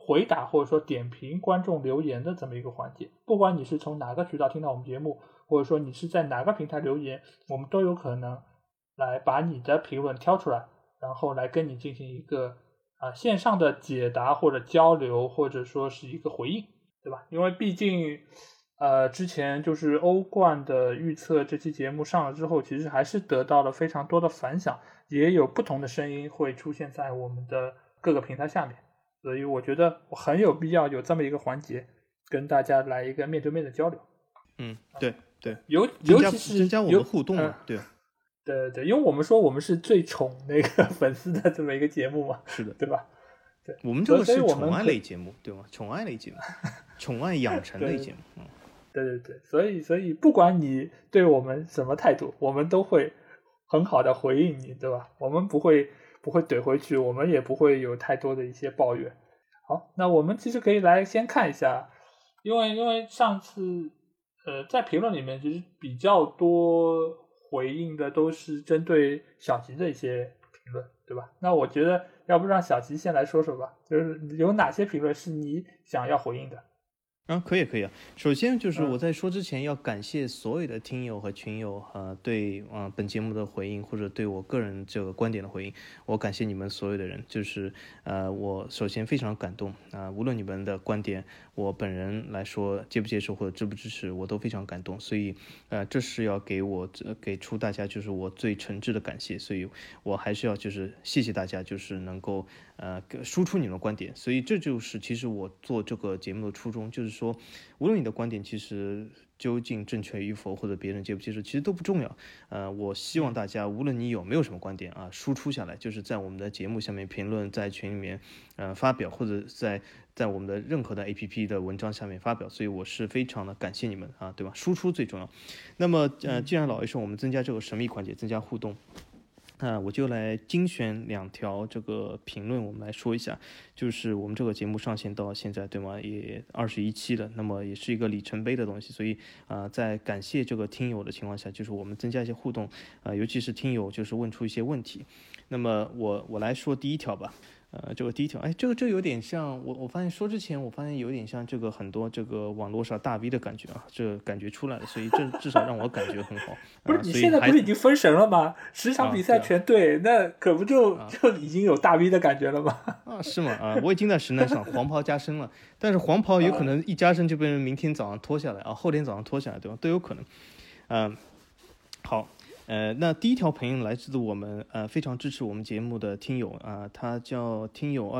回答或者说点评观众留言的这么一个环节。不管你是从哪个渠道听到我们节目，或者说你是在哪个平台留言，我们都有可能来把你的评论挑出来，然后来跟你进行一个线上的解答或者交流，或者说是一个回应，对吧？因为毕竟之前就是欧冠的预测这期节目上了之后，其实还是得到了非常多的反响，也有不同的声音会出现在我们的各个平台下面，所以我觉得我很有必要有这么一个环节跟大家来一个面对面的交流。 对对， 尤其是增加我们互动嘛，对。 对，因为我们说我们是最宠那个粉丝的这么一个节目嘛， 是的， 对吧？对， 我们这个是宠爱类节目，对吗？宠爱类节目，宠爱养成类节目。 对，所以不管你对我们什么态度，我们都会很好的回应你，对吧？我们不会怼回去，我们也不会有太多的一些抱怨。好，那我们其实可以来先看一下，因为上次在评论里面其实比较多回应的都是针对小吉的一些评论，对吧？那我觉得要不让小吉先来说说吧，就是有哪些评论是你想要回应的？ 可以啊。首先就是我在说之前要感谢所有的听友和群友对本节目的回应，或者对我个人这个观点的回应，我感谢你们所有的人。就是我首先非常感动无论你们的观点，我本人来说接不接受或者支不支持，我都非常感动。所以这是要给出大家就是我最诚挚的感谢。所以我还是要就是谢谢大家，就是能够输出你们的观点。所以这就是其实我做这个节目的初衷，就是说无论你的观点其实究竟正确与否，或者别人接不接受，其实都不重要。我希望大家无论你有没有什么观点输出下来，就是在我们的节目下面评论，在群里面发表，或者在我们的任何的 APP 的文章下面发表。所以我是非常的感谢你们对吧？输出最重要。那么既然老爷说我们增加这个神秘环节，增加互动，我就来精选2条这个评论，我们来说一下。就是我们这个节目上线到现在，对吗？也21期了，那么也是一个里程碑的东西。所以在感谢这个听友的情况下，就是我们增加一些互动尤其是听友就是问出一些问题。那么我来说第一条吧。这个第一条，这有点像我发现说之前，我发现有点像这个很多这个网络上大 V 的感觉这感觉出来了，所以这至少让我感觉很好。 不是你现在不是已经封神了吗？10场比赛全对，那可不就已经有大 V 的感觉了吗？ 是吗？我已经在神坛上黄袍加身了，但是黄袍有可能一加身就被人明天早上脱下来后天早上脱下来，对吧？都有可能。好。那第一条评论来自我们非常支持我们节目的听友他叫听友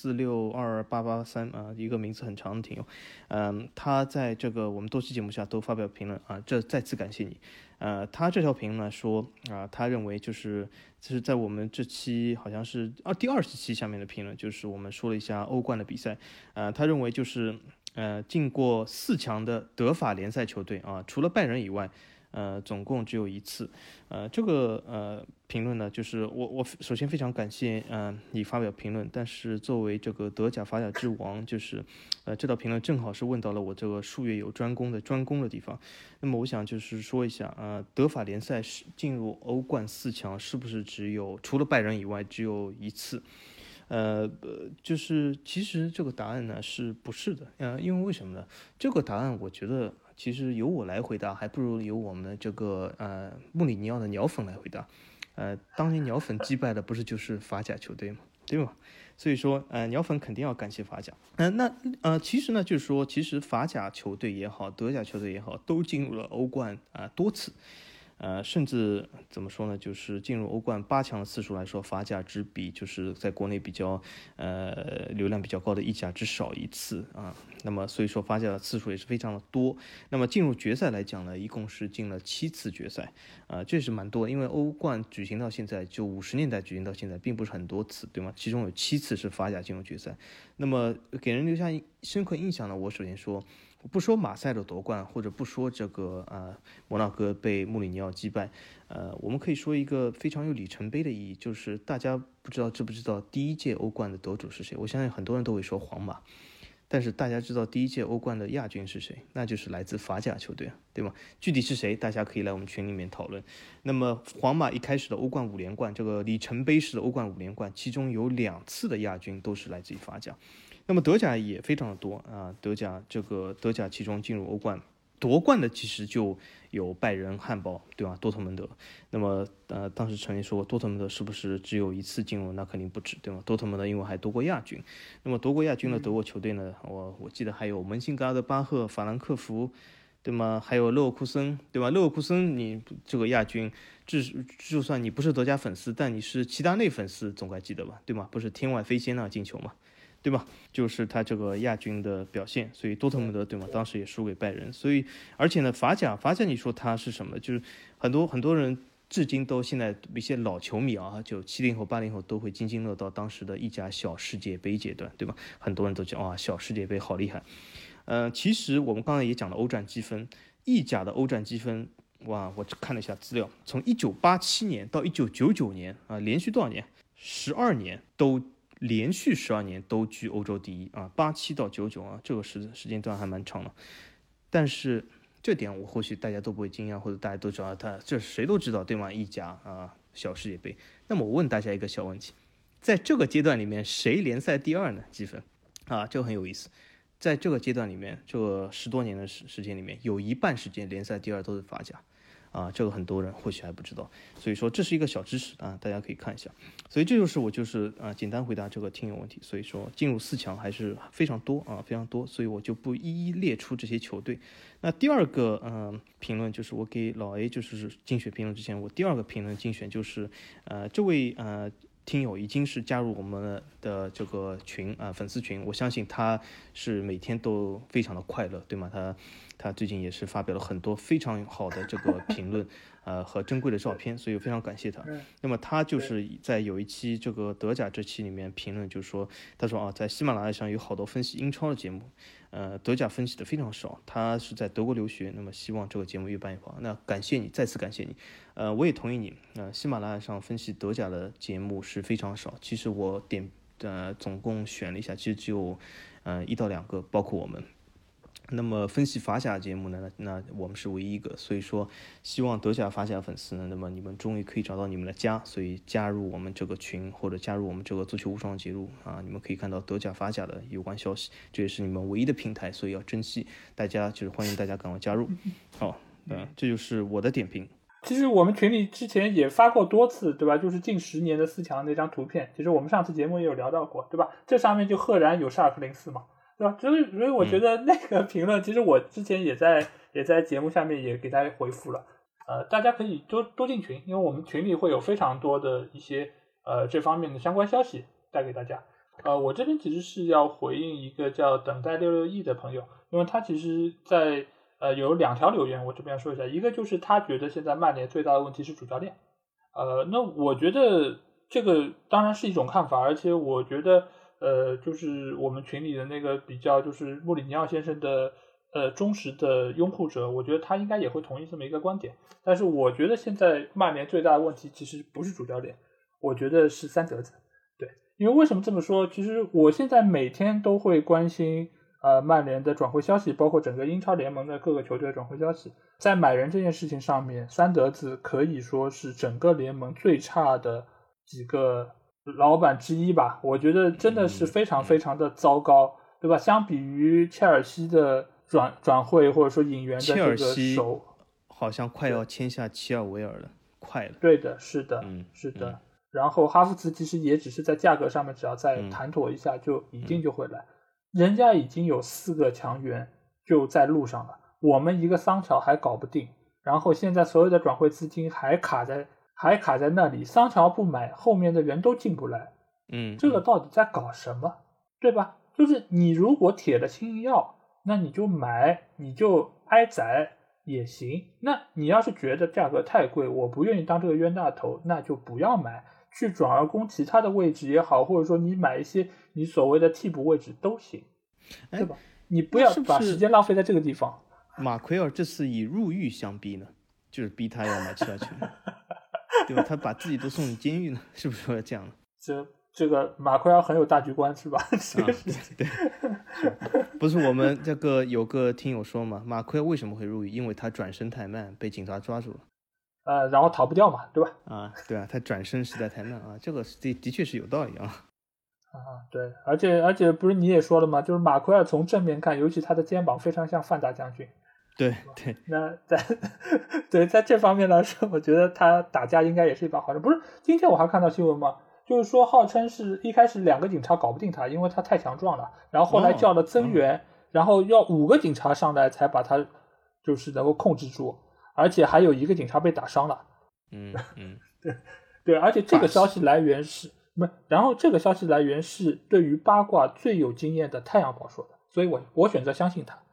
20462883一个名字很长的听友。他在这个我们多期节目下都发表评论这再次感谢你。他这条评论说他认为就是在我们这期好像是第20期下面的评论，就是我们说了一下欧冠的比赛。他认为就是进过4强的德法联赛球队除了拜仁以外总共只有1次。这个评论呢，就是我首先非常感谢你发表评论，但是作为这个德甲法甲之王，就是这道评论正好是问到了我这个术业有专攻的地方。那么我想就是说一下德法联赛进入欧冠4强是不是除了拜仁以外只有1次？就是其实这个答案呢是不是的？因为为什么呢？这个答案我觉得其实由我来回答，还不如由我们的这个穆里尼奥的鸟粉来回答。当年鸟粉击败的不是就是法甲球队吗？对吗？所以说鸟粉肯定要感谢法甲。其实呢就是说，其实法甲球队也好，德甲球队也好，都进入了欧冠多次。甚至怎么说呢？就是进入欧冠8强的次数来说，法甲只比就是在国内比较流量比较高的意甲只少1次那么所以说法甲的次数也是非常的多。那么进入决赛来讲呢，一共是进了7次决赛这是蛮多的。因为欧冠举行到现在，就50年代举行到现在，并不是很多次，对吗？其中有7次是法甲进入决赛。那么给人留下深刻印象呢，我首先说。不说马赛的夺冠，或者不说这个摩纳哥被穆里尼奥击败，我们可以说一个非常有里程碑的意义，就是大家知不知道第1届欧冠的得主是谁？我相信很多人都会说皇马， 但是大家知道第一届欧冠的亚军是谁？那就是来自法甲球队，对吗？具体是谁，大家可以来我们群里面讨论。那么皇马一开始的欧冠5连冠，这个里程碑式的欧冠5连冠，其中有2次的亚军都是来自于法甲。那么德甲也非常的多啊，德甲其中进入欧冠夺冠的其实就有拜仁、汉堡，对吧？多特蒙德。那么当时陈毅说多特蒙德是不是只有1次进入？那肯定不止，对吗？多特蒙德因为还夺过亚军。那么夺过亚军的德国球队呢？我记得还有门兴格拉德巴赫、法兰克福，对吗？还有勒沃库森，对吧？勒沃库森你这个亚军，就算你不是德甲粉丝，但你是齐达内粉丝，总该记得吧？对吗？不是天外飞仙那进球嘛？对吧？就是他这个亚军的表现，所以多特蒙德对吗？当时也输给拜仁，所以而且呢，法甲你说他是什么？就是很多人至今都现在一些老球迷啊，就70后、80后都会津津乐道当时的意甲小世界杯阶段，对吧？很多人都讲哇，小世界杯好厉害。其实我们刚才也讲了欧战积分，意甲的欧战积分，哇，我看了一下资料，从1987年到1999年啊，连续多少年？12年都。连续12年都居欧洲第一啊，87到99啊，这个时间段还蛮长的。但是这点我或许大家都不会惊讶，或者大家都知道，这谁都知道对吗？意甲啊，小世界杯。那么我问大家一个小问题，在这个阶段里面，谁联赛第2呢？积分啊，这个很有意思。在这个阶段里面，这个10多年的时间里面，有1半时间联赛第2都是法甲。啊，这个很多人或许还不知道，所以说这是一个小知识啊，大家可以看一下。所以这就是我简单回答这个听友问题。所以说进入4强还是非常多啊，非常多，所以我就不一一列出这些球队。那第2个评论就是我给老 A 就是精选评论之前，我第2个评论精选就是这位听友已经是加入我们的这个群粉丝群，我相信他是每天都非常的快乐，对吗？他最近也是发表了很多非常好的这个评论，和珍贵的照片，所以非常感谢他。那么他就是在有一期这个德甲这期里面评论，就是说，他说在喜马拉雅上有好多分析英超的节目，德甲分析的非常少。他是在德国留学，那么希望这个节目越办越好。那感谢你，再次感谢你。我也同意你，喜马拉雅上分析德甲的节目是非常少。其实我总共选了一下，其实只有1到2个，包括我们。那么分析法甲节目呢？那我们是唯一一个，所以说希望德甲、法甲粉丝呢，那么你们终于可以找到你们的家，所以加入我们这个群或者加入我们这个足球无双节目啊，你们可以看到德甲、法甲的有关消息，这也是你们唯一的平台，所以要珍惜，大家就是欢迎大家赶快加入。好，这就是我的点评。 其实我们群里之前也发过多次，对吧？就是近10年的4强那张图片，其实我们上次节目也有聊到过，对吧？这上面就赫然有沙尔克04嘛。对吧？所以我觉得那个评论，其实我之前也在节目下面也给大家回复了。大家可以多进群，因为我们群里会有非常多的一些这方面的相关消息带给大家。我这边其实是要回应一个叫等待66E的朋友，因为他其实在有2条留言，我这边要说一下。一个就是他觉得现在曼联最大的问题是主教练。那我觉得这个当然是一种看法，而且我觉得。就是我们群里的那个比较就是穆里尼奥先生的忠实的拥护者，我觉得他应该也会同意这么一个观点。但是我觉得现在曼联最大的问题其实不是主教练，我觉得是三德子。对，因为为什么这么说？其实我现在每天都会关心曼联的转会消息，包括整个英超联盟的各个球队的转会消息。在买人这件事情上面，三德子可以说是整个联盟最差的几个老板之一吧，我觉得真的是非常非常的糟糕，对吧？相比于切尔西的转会或者说引援的这个手， 好像快要签下齐尔维尔了，快了。 对的，是的，是的。然后哈弗茨其实也只是在价格上面，只要再谈妥一下，就一定就会来。人家已经有4个强援就在路上了，我们一个桑乔还搞不定，然后现在所有的转会资金还卡在那里，桑乔不买，后面的人都进不来。这个到底在搞什么？对吧？就是你如果铁了心要，那你就买，你就挨宰也行。那你要是觉得价格太贵，我不愿意当这个冤大头，那就不要买，去转而攻其他的位置也好，或者说你买一些你所谓的替补位置都行，对吧？你不要把时间浪费在这个地方。 马奎尔这次以入狱相逼呢，就是逼他要买其他球员。对吧？他把自己都送进监狱了，是不是这样的？ 这这个马奎尔很有大局观是吧？这个事情， 对，不是我们这个有个听友说嘛，马奎尔为什么会入狱？因为他转身太慢，被警察抓住了。 然后逃不掉嘛，对吧？ 对啊，他转身实在太慢啊，这个的确是有道理啊。 对，而且不是你也说了吗？就是马奎尔从正面看，尤其他的肩膀非常像范大将军。 对， 那在这方面来说，我觉得他打架应该也是一把好手。不是，今天我还看到新闻嘛，就是说号称是一开始2个警察搞不定他，因为他太强壮了，然后后来叫了增援，然后要5个警察上来才把他就是能够控制住，而且还有1个警察被打伤了。对，而且这个消息来源是然后这个消息来源是对于八卦最有经验的太阳报说的，所以我选择相信他。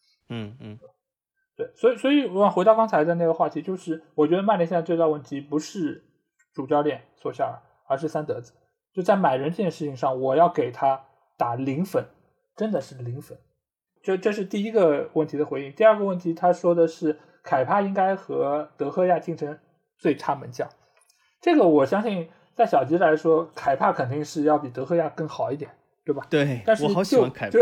对，所以我回到刚才的那个话题，就是我觉得曼联现在最大问题不是主教练索夏尔，而是三德子。就在买人这件事情上，我要给他打0分，真的是0分。这是第一个问题的回应。第二个问题，他说的是凯帕应该和德赫亚竞争最差门将。这个我相信在小吉来说，凯帕肯定是要比德赫亚更好一点，对吧？ 对， 但是我好喜欢凯帕。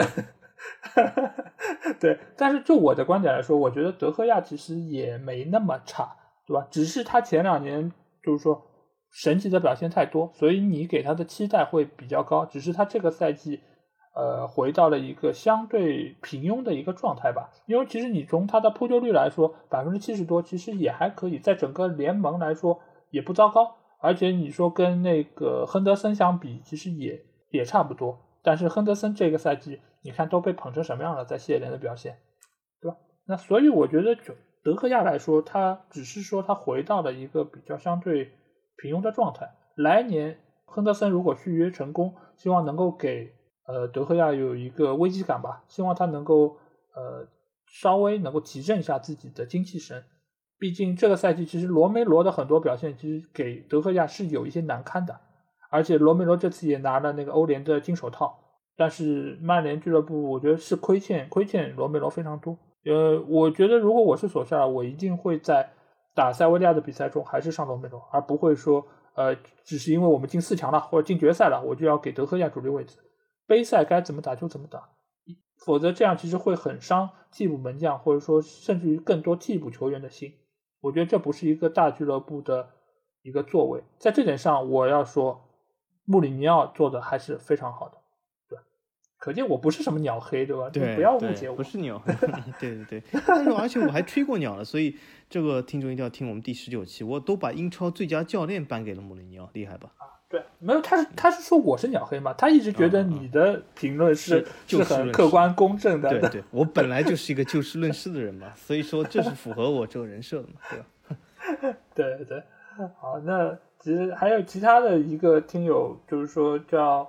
对，但是就我的观点来说，我觉得德赫亚其实也没那么差，对吧？只是他前2年就是说神级的表现太多，所以你给他的期待会比较高。只是他这个赛季回到了一个相对平庸的一个状态吧。因为其实你从他的扑救率来说，70%多，其实也还可以，在整个联盟来说也不糟糕。而且你说跟那个亨德森相比，其实也差不多。但是亨德森这个赛季你看都被捧成什么样了，在谢联的表现，对吧？那所以我觉得就德赫亚来说，他只是说他回到了一个比较相对平庸的状态。来年亨德森如果续约成功，希望能够给德赫亚有一个危机感吧，希望他能够稍微能够提振一下自己的精气神。毕竟这个赛季其实罗梅罗的很多表现其实给德赫亚是有一些难堪的，而且罗梅罗这次也拿了那个欧联的金手套。但是曼联俱乐部我觉得是亏欠罗梅罗非常多。我觉得如果我是索夏尔，我一定会在打塞维利亚的比赛中还是上罗梅罗，而不会说只是因为我们进4强了或者进决赛了，我就要给德赫亚主力位置。杯赛该怎么打就怎么打，否则这样其实会很伤替补门将，或者说甚至于更多替补球员的心。我觉得这不是一个大俱乐部的一个作为。在这点上我要说穆里尼奥做的还是非常好的。可见我不是什么鸟黑，对吧？ 对， 不要误解我， 不是鸟黑。对，但是而且我还吹过鸟了，所以这个听众一定要听我们第19期，我都把英超最佳教练颁给了穆里尼奥，厉害吧？ 对，没有，他是说我是鸟黑嘛，他一直觉得你的评论是很客观公正的。 对，我本来就是一个就事论事的人嘛，所以说这是符合我这个人设的嘛，对吧？ 对，好，那其实还有其他的一个听友，就是说叫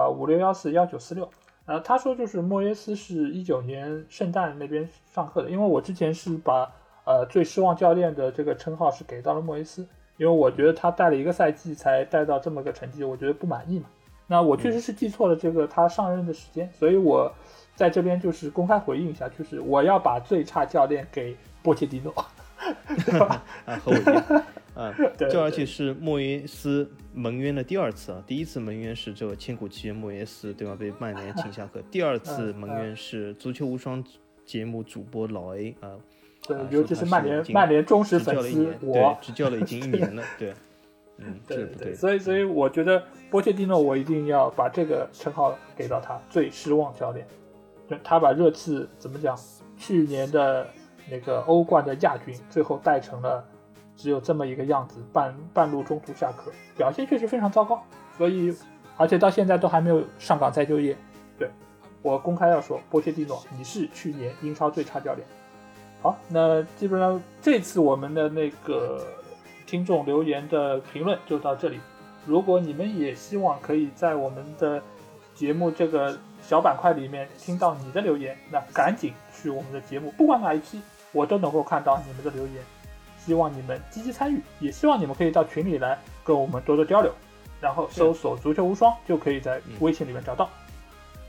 56141946。他说就是莫耶斯是19年圣诞那边上课的，因为我之前是把最失望教练的这个称号是给到了莫耶斯，因为我觉得他带了1个赛季才带到这么个成绩，我觉得不满意嘛。那我确实是记错了这个他上任的时间，所以我在这边就是公开回应一下，就是我要把最差教练给波切蒂诺，对吧？ 和我一样。这而且是莫耶斯蒙冤的第2次啊，第1次蒙冤是这个千古奇冤莫耶斯，对吧？被曼联请下课。第2次蒙冤是足球无双节目主播老 A 对，尤其是曼联忠实粉丝， 对，执教了已经1年了，对，对， 所以我觉得波切蒂诺我一定要把这个称号给到他，最失望教练。他把热刺怎么讲，去年的那个欧冠的亚军，最后带成了只有这么一个样子，半路中途下课，表现确实非常糟糕。所以，而且到现在都还没有上岗再就业。对，我公开要说，波切蒂诺，你是去年英超最差教练。好，那基本上这次我们的那个听众留言的评论就到这里。如果你们也希望可以在我们的节目这个小板块里面听到你的留言，那赶紧去我们的节目，不管哪一期我都能够看到你们的留言。希望你们积极参与，也希望你们可以到群里来跟我们多多交流，然后搜索足球无双就可以在微信里面找到。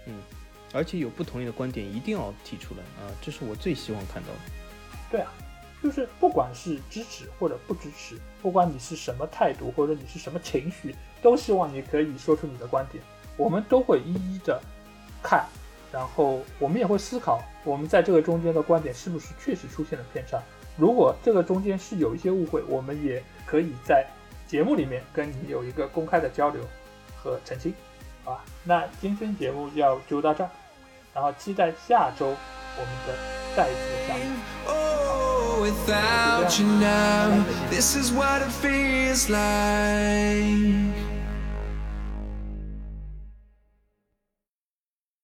而且有不同意的观点一定要提出来啊，这是我最希望看到的。 对啊， 就是不管是支持或者不支持，不管你是什么态度或者你是什么情绪，都希望你可以说出你的观点，我们都会一一的看，然后我们也会思考我们在这个中间的观点是不是确实出现了偏差。如果这个中间是有一些误会，我们也可以在节目里面跟你有一个公开的交流和澄清，好吧？那今天节目就到这儿，然后期待下周我们的再一次的相遇。 Without you now, this is what it feels like.